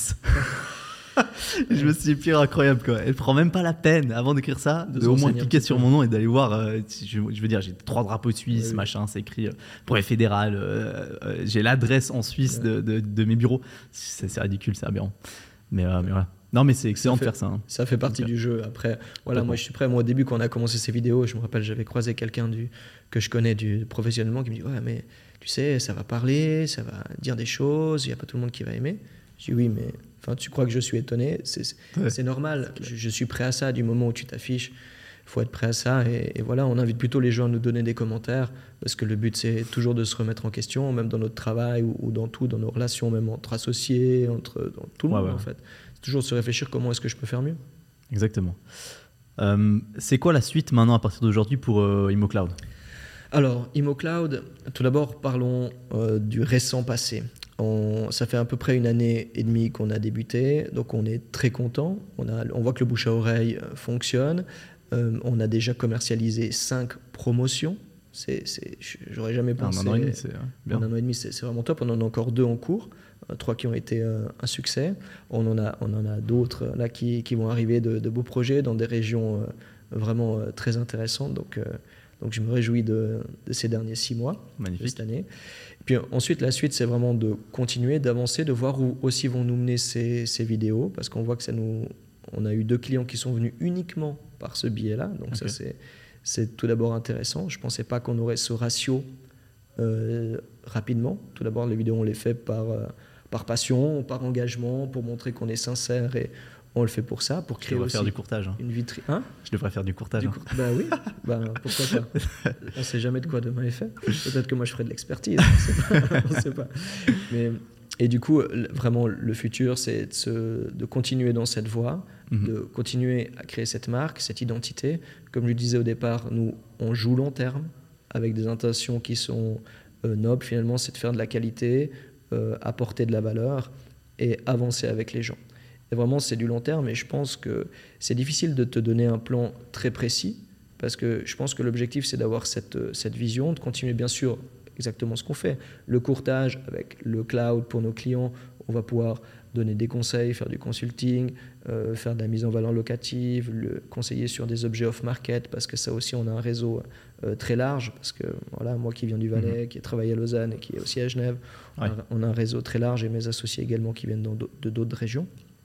Et je me suis dit, pire incroyable quoi. Elle prend même pas la peine avant d'écrire ça, De de, au moins s'enseigner un cliquer petit sur peu. mon nom et d'aller voir. euh, si je, je veux dire, j'ai trois drapeaux suisses, Ouais, oui. machin, c'est écrit euh, brevet fédéral. euh, euh, j'ai l'adresse en Suisse Ouais. de, de, de mes bureaux. C'est, c'est ridicule, c'est aberrant. Mais, euh, mais voilà. Non, mais c'est excellent fait- de faire ça. Hein. Ça fait partie Ok. du jeu. Après, voilà, Complètement. moi je suis prêt. Moi, au début, quand on a commencé ces vidéos, je me rappelle, j'avais croisé quelqu'un du, que je connais du, professionnellement qui me dit ouais, mais tu sais, ça va parler, ça va dire des choses, il n'y a pas tout le monde qui va aimer. Je dis oui, mais enfin, tu crois que je suis étonné? C'est, c'est, Ouais. c'est normal. Je, je suis prêt à ça du moment où tu t'affiches. Il faut être prêt à ça. Et, et voilà, on invite plutôt les gens à nous donner des commentaires parce que le but, c'est toujours de se remettre en question, même dans notre travail ou, ou dans tout, dans nos relations, même entre associés, entre dans tout le Ouais, monde ouais. en fait. C'est toujours de se réfléchir comment est-ce que je peux faire mieux. Exactement. Euh, c'est quoi la suite maintenant à partir d'aujourd'hui pour euh, ImmoCloud? Alors, ImmoCloud, tout d'abord, parlons euh, du récent passé. On, ça fait à peu près une année et demie qu'on a débuté, donc on est très content. On, a, on voit que le bouche à oreille euh, fonctionne. Euh, on a déjà commercialisé cinq promotions. C'est, c'est, j'aurais jamais Ah, pensé. un an et demi, c'est euh, bien. En un an et demi, c'est, c'est vraiment top. On en a encore deux en cours, euh, trois qui ont été euh, un succès. On en a, on en a d'autres euh, là qui, qui vont arriver, de, de beaux projets dans des régions euh, vraiment euh, très intéressantes. Donc, euh, donc je me réjouis de, de ces derniers six mois de Magnifique. cette année. Et puis ensuite, la suite, c'est vraiment de continuer, d'avancer, de voir où aussi vont nous mener ces, ces vidéos, parce qu'on voit que ça nous, on a eu deux clients qui sont venus uniquement par ce biais-là. Donc Ok. ça, c'est, c'est tout d'abord intéressant. Je ne pensais pas qu'on aurait ce ratio euh, rapidement. Tout d'abord, les vidéos, on les fait par, euh, par passion, par engagement, pour montrer qu'on est sincère et On le fait pour ça, pour créer Je devrais aussi faire du courtage. Hein. une vitrine. Hein Je devrais faire du courtage. Du Hein. court... Bah oui, bah, pourquoi pas. On ne sait jamais de quoi demain est fait. Peut-être que moi je ferai de l'expertise, on ne sait pas. On sait pas. Mais, et du coup, vraiment, le futur, c'est de, se, de continuer dans cette voie, mm-hmm. de continuer à créer cette marque, cette identité. Comme je le disais au départ, nous, on joue long terme, avec des intentions qui sont euh, nobles. Finalement, c'est de faire de la qualité, euh, apporter de la valeur et avancer avec les gens. Et vraiment, c'est du long terme et je pense que c'est difficile de te donner un plan très précis parce que je pense que l'objectif, c'est d'avoir cette, cette vision, de continuer bien sûr exactement ce qu'on fait. Le courtage avec le cloud pour nos clients, on va pouvoir donner des conseils, faire du consulting, euh, faire de la mise en valeur locative, le conseiller sur des objets off-market parce que ça aussi, on a un réseau euh, très large parce que voilà, moi qui viens du Valais, mmh. qui ai travaillé à Lausanne et qui est aussi à Genève, ouais. on, a, on a un réseau très large et mes associés également qui viennent dans d- de d'autres régions.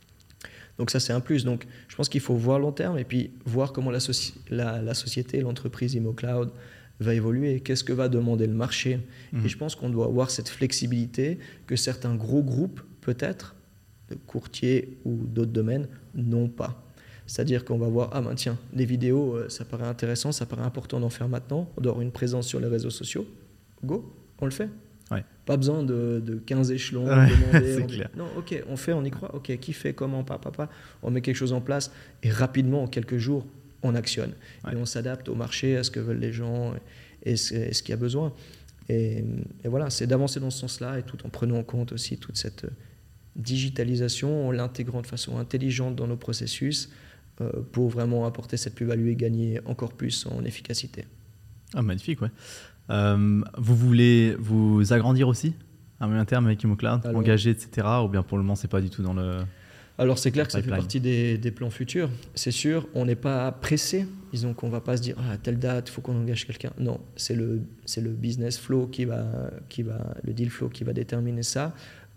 Donc ça, c'est un plus. Donc, je pense qu'il faut voir long terme et puis voir comment la, soci- la, la société, l'entreprise ImoCloud va évoluer. Qu'est-ce que va demander le marché ? Mmh. Et je pense qu'on doit avoir cette flexibilité que certains gros groupes, peut-être, de courtiers ou d'autres domaines, n'ont pas. C'est-à-dire qu'on va voir, ah ben tiens, les vidéos, ça paraît intéressant, ça paraît important d'en faire maintenant. On doit avoir une présence sur les réseaux sociaux. Go, on le fait. Ouais. Pas besoin de, de quinze échelons, ouais, demander. c'est on clair. Dit, non, ok, on fait, on y croit, ok, qui fait, comment, papa, papa. On met quelque chose en place et rapidement, en quelques jours, on actionne. Ouais. Et on s'adapte au marché, à ce que veulent les gens et, et, ce, et ce qu'il y a besoin. Et, et voilà, c'est d'avancer dans ce sens-là et tout en prenant en compte aussi toute cette digitalisation, en l'intégrant de façon intelligente dans nos processus euh, pour vraiment apporter cette plus-value et gagner encore plus en efficacité. Ah, magnifique, ouais. Euh, vous voulez vous agrandir aussi à moyen terme avec ImoCloud, Alors, engager, et cetera. Ou bien pour le moment, c'est pas du tout dans le... Alors c'est clair que ça fait partie des, des plans futurs. C'est sûr, on n'est pas pressé. Disons qu'on ne va pas se dire ah, à telle date, il faut qu'on engage quelqu'un. Non, c'est le, c'est le business flow qui va, qui va, le deal flow qui va déterminer ça.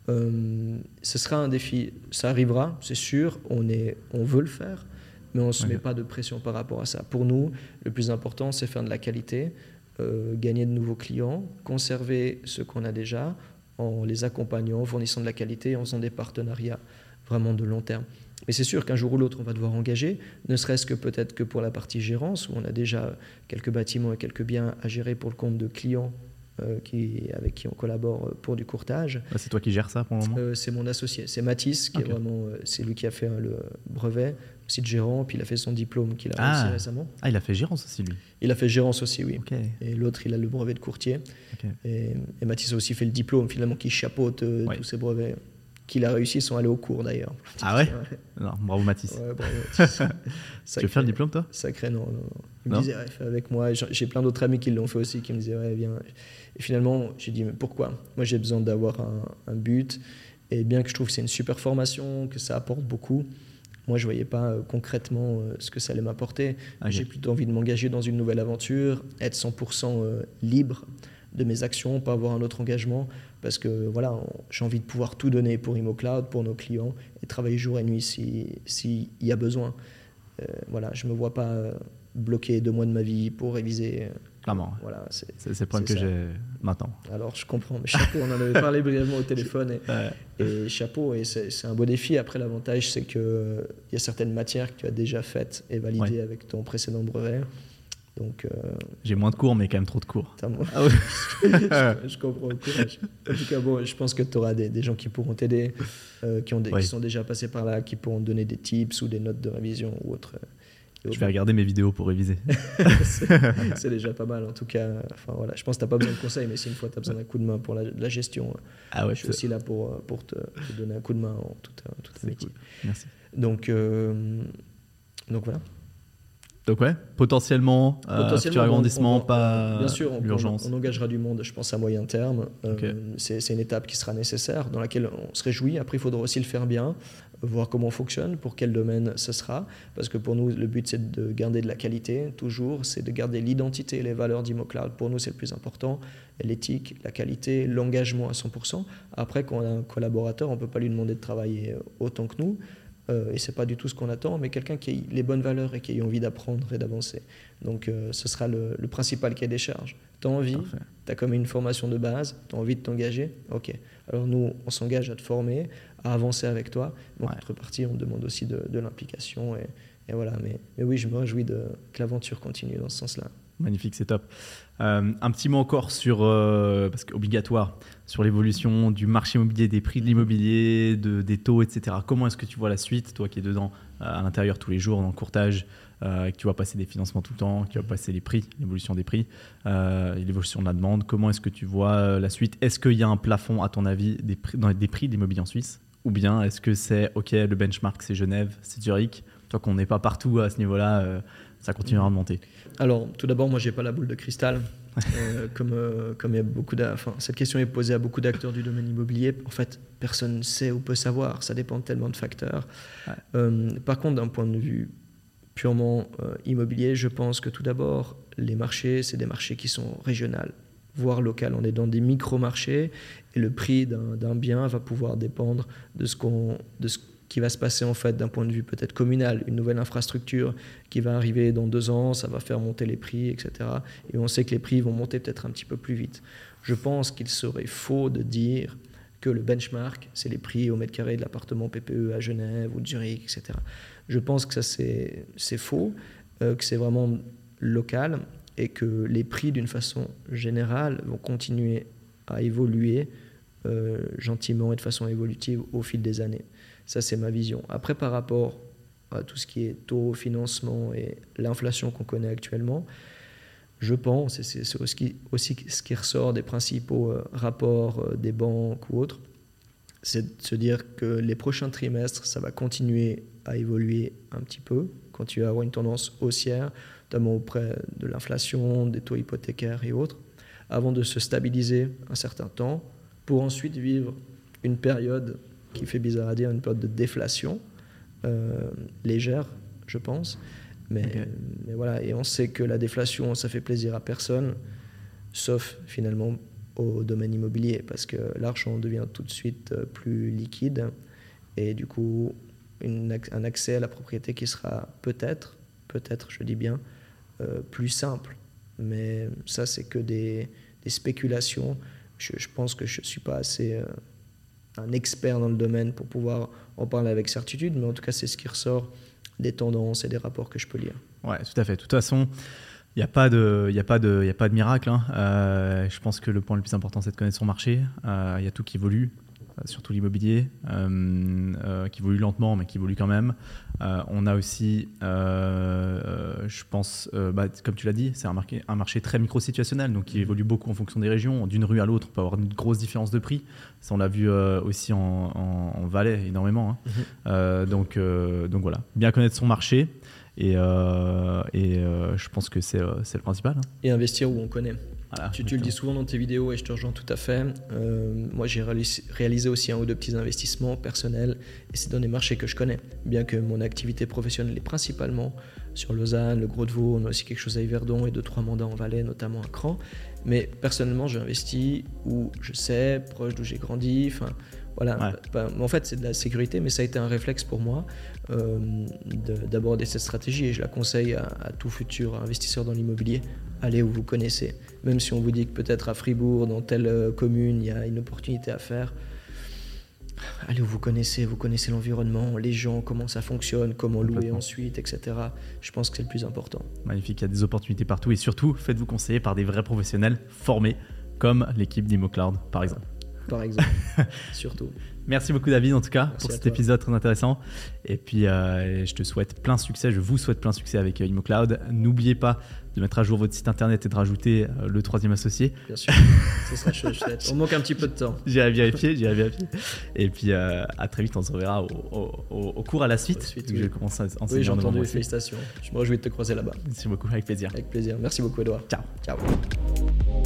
Euh, ce sera un défi. Ça arrivera, c'est sûr. On, est, on veut le faire, mais on ne se okay. met pas de pression par rapport à ça. Pour nous, le plus important, c'est faire de la qualité. Euh, gagner de nouveaux clients, conserver ceux qu'on a déjà en les accompagnant, en fournissant de la qualité, en faisant des partenariats vraiment de long terme. Mais c'est sûr qu'un jour ou l'autre, on va devoir engager, ne serait-ce que peut-être que pour la partie gérance, où on a déjà quelques bâtiments et quelques biens à gérer pour le compte de clients euh, qui, avec qui on collabore pour du courtage. Ah, c'est toi qui gères ça pour le moment ? euh, C'est mon associé, c'est Mathis, qui okay. est vraiment, euh, c'est lui qui a fait hein, le brevet, aussi de gérant, puis il a fait son diplôme qu'il a ah. réussi récemment. Ah, il a fait gérance aussi, lui ? Il a fait gérance aussi, oui. Okay. Et l'autre, il a le brevet de courtier. Okay. Et, et Mathis a aussi fait le diplôme, finalement, qui chapeaute euh, ouais. tous ces brevets. Qu'il a réussi, ils sont allés au cours d'ailleurs. Ah ouais, ouais. Non, bravo Mathis. Ouais, bravo Mathis. Tu veux faire le diplôme toi ? Sacré, non. non, non. Il me non. disait, ouais, fais avec moi. J'ai plein d'autres amis qui l'ont fait aussi, qui me disaient, ouais, viens. Et finalement, j'ai dit, mais pourquoi ? Moi, j'ai besoin d'avoir un, un but. Et bien que je trouve que c'est une super formation, que ça apporte beaucoup, moi, je ne voyais pas euh, concrètement euh, ce que ça allait m'apporter. Okay. J'ai plutôt envie de m'engager dans une nouvelle aventure, être cent pour cent euh, libre de mes actions, pas avoir un autre engagement, parce que voilà, j'ai envie de pouvoir tout donner pour ImoCloud, pour nos clients, et travailler jour et nuit s'il si y a besoin. Euh, voilà, je ne me vois pas euh, bloquer deux mois de ma vie pour réviser. Clairement. Voilà, c'est, c'est, c'est le problème que ça. J'ai maintenant. Alors, je comprends, mais chapeau, on en avait parlé brièvement au téléphone, et, ouais. et chapeau, et c'est, c'est un beau défi. Après, l'avantage, c'est qu'il y a certaines matières que tu as déjà faites et validées ouais. avec ton précédent brevet. Donc, euh, j'ai moins de cours, mais quand même trop de cours. Ah ouais. je, je comprends le courage. En tout cas, bon, je pense que tu auras des, des gens qui pourront t'aider, euh, qui, ont des, oui. qui sont déjà passés par là, qui pourront te donner des tips ou des notes de révision ou autre. Je vais regarder mes vidéos pour réviser. c'est, c'est déjà pas mal, en tout cas. Enfin, voilà. Je pense que tu n'as pas besoin de conseils, mais si une fois tu as besoin d'un coup de main pour la, la gestion, ah ouais, je suis aussi là pour, pour te, te donner un coup de main en toute, toute amitié. Cool. Merci. Donc, euh, donc voilà. Donc ouais, potentiellement, potentiellement euh, futur agrandissement, on, on, pas bien sûr, on, l'urgence. On, on engagera du monde, je pense, à moyen terme. Okay. Euh, c'est, c'est une étape qui sera nécessaire, dans laquelle on se réjouit. Après, il faudra aussi le faire bien, voir comment on fonctionne, pour quel domaine ce sera. Parce que pour nous, le but, c'est de garder de la qualité, toujours. C'est de garder l'identité et les valeurs d'ImoCloud. Pour nous, c'est le plus important. L'éthique, la qualité, l'engagement à cent pour cent. Après, quand on a un collaborateur, on ne peut pas lui demander de travailler autant que nous. Euh, et ce n'est pas du tout ce qu'on attend, mais quelqu'un qui ait les bonnes valeurs et qui ait envie d'apprendre et d'avancer. Donc euh, ce sera le, le principal cahier des charges. tu as envie, Parfait. tu as comme une formation de base, tu as envie de t'engager, ok. Alors nous, on s'engage à te former, à avancer avec toi. En Ouais. contrepartie, on demande aussi de, de l'implication. Et, et voilà. Mais, mais oui, je me réjouis de, que l'aventure continue dans ce sens-là. Magnifique, c'est top. Euh, un petit mot encore sur, euh, parce qu'obligatoire, sur l'évolution du marché immobilier, des prix de l'immobilier, de, des taux, et cetera. Comment est-ce que tu vois la suite, toi qui es dedans, euh, à l'intérieur tous les jours, dans le courtage, euh, que tu vas passer des financements tout le temps, que tu vas passer les prix, l'évolution des prix, euh, l'évolution de la demande. Comment est-ce que tu vois euh, la suite? Est-ce qu'il y a un plafond, à ton avis, des prix, dans des prix de l'immobilier en Suisse? Ou bien est-ce que c'est, OK, le benchmark, c'est Genève, c'est Zurich, toi qu'on n'est pas partout à ce niveau-là, euh, ça continuera de monter? Alors, tout d'abord, moi, j'ai pas la boule de cristal. euh, comme, euh, comme il y a beaucoup d'a- enfin, cette question est posée à beaucoup d'acteurs du domaine immobilier. En fait, personne ne sait ou peut savoir. Ça dépend de tellement de facteurs. Ouais. Euh, par contre, d'un point de vue purement euh, immobilier, je pense que tout d'abord, les marchés, c'est des marchés qui sont régionaux, voire locaux. On est dans des micro-marchés et le prix d'un, d'un bien va pouvoir dépendre de ce qu'on, de ce qui va se passer en fait d'un point de vue peut-être communal, une nouvelle infrastructure qui va arriver dans deux ans, ça va faire monter les prix, et cetera. Et on sait que les prix vont monter peut-être un petit peu plus vite. Je pense qu'il serait faux de dire que le benchmark, c'est les prix au mètre carré de l'appartement P P E à Genève ou de Zurich, et cetera. Je pense que ça c'est, c'est faux, euh, que c'est vraiment local et que les prix d'une façon générale vont continuer à évoluer euh, gentiment et de façon évolutive au fil des années. Ça, c'est ma vision. Après, par rapport à tout ce qui est taux, financement et l'inflation qu'on connaît actuellement, je pense, et c'est, c'est aussi, aussi ce qui ressort des principaux euh, rapports euh, des banques ou autres, c'est de se dire que les prochains trimestres, ça va continuer à évoluer un petit peu, continuer à avoir une tendance haussière, notamment auprès de l'inflation, des taux hypothécaires et autres, avant de se stabiliser un certain temps, pour ensuite vivre une période qui fait bizarre à dire, une période de déflation euh, légère, je pense. Mais, Okay. mais voilà, et on sait que la déflation, ça fait plaisir à personne, sauf finalement au domaine immobilier, parce que l'argent devient tout de suite plus liquide, et du coup, une, un accès à la propriété qui sera peut-être, peut-être, je dis bien, euh, plus simple. Mais ça, c'est que des, des spéculations. Je, je pense que je ne suis pas assez... Euh, un expert dans le domaine pour pouvoir en parler avec certitude, mais en tout cas, c'est ce qui ressort des tendances et des rapports que je peux lire. Ouais, tout à fait. De toute façon, il n'y a pas de, il y a pas de, il y a pas de miracle. Hein. Euh, je pense que le point le plus important, c'est de connaître son marché. Euh, il y a tout qui évolue, euh, surtout l'immobilier, euh, euh, qui évolue lentement, mais qui évolue quand même. Euh, on a aussi, euh, euh, je pense, euh, bah, comme tu l'as dit, c'est un marché, un marché très micro-situationnel, donc qui évolue beaucoup en fonction des régions. D'une rue à l'autre, on peut avoir une grosse différence de prix. Ça, on l'a vu euh, aussi en, en, en Valais énormément. Hein. Mm-hmm. Euh, donc, euh, donc voilà, bien connaître son marché. Et, euh, et euh, je pense que c'est, euh, c'est le principal. Hein. Et investir où on connaît. Voilà, tu, tu le dis souvent dans tes vidéos et je te rejoins tout à fait. Euh, moi, j'ai réalisé, réalisé aussi un ou deux petits investissements personnels et c'est dans des marchés que je connais. Bien que mon activité professionnelle est principalement sur Lausanne, le Gros-de-Vaud, on a aussi quelque chose à Yverdon et deux, trois mandats en Valais, notamment à Cran. Mais personnellement, j'ai investi où je sais, proche d'où j'ai grandi. Enfin, voilà. Ouais. Bah, en fait, c'est de la sécurité, mais ça a été un réflexe pour moi euh, de, d'aborder cette stratégie et je la conseille à, à tout futur investisseur dans l'immobilier. Allez où vous connaissez. Même si on vous dit que peut-être à Fribourg, dans telle commune, il y a une opportunité à faire, allez où vous connaissez, vous connaissez l'environnement, les gens, comment ça fonctionne, comment louer ensuite, et cetera. Je pense que c'est le plus important. Magnifique, il y a des opportunités partout et surtout, faites-vous conseiller par des vrais professionnels formés comme l'équipe d'ImmoCloud, par exemple. Par exemple, surtout. Merci beaucoup David en tout cas Merci pour cet toi. épisode très intéressant et puis euh, je te souhaite plein succès, je vous souhaite plein succès avec euh, ImmoCloud. N'oubliez pas de mettre à jour votre site internet et de rajouter euh, le troisième associé. Bien sûr, ce sera chouette. On manque un petit peu de temps. J'irai vérifier, j'irai vérifier. Et puis euh, à très vite, on se reverra au, au, au, au cours à la suite. suite oui. oui. Je commence à enseigner. Oui, j'ai entendu, félicitations. Je me réjouis de te croiser là-bas. Merci beaucoup, avec plaisir. Avec plaisir. Merci beaucoup Edouard. Ciao. Ciao.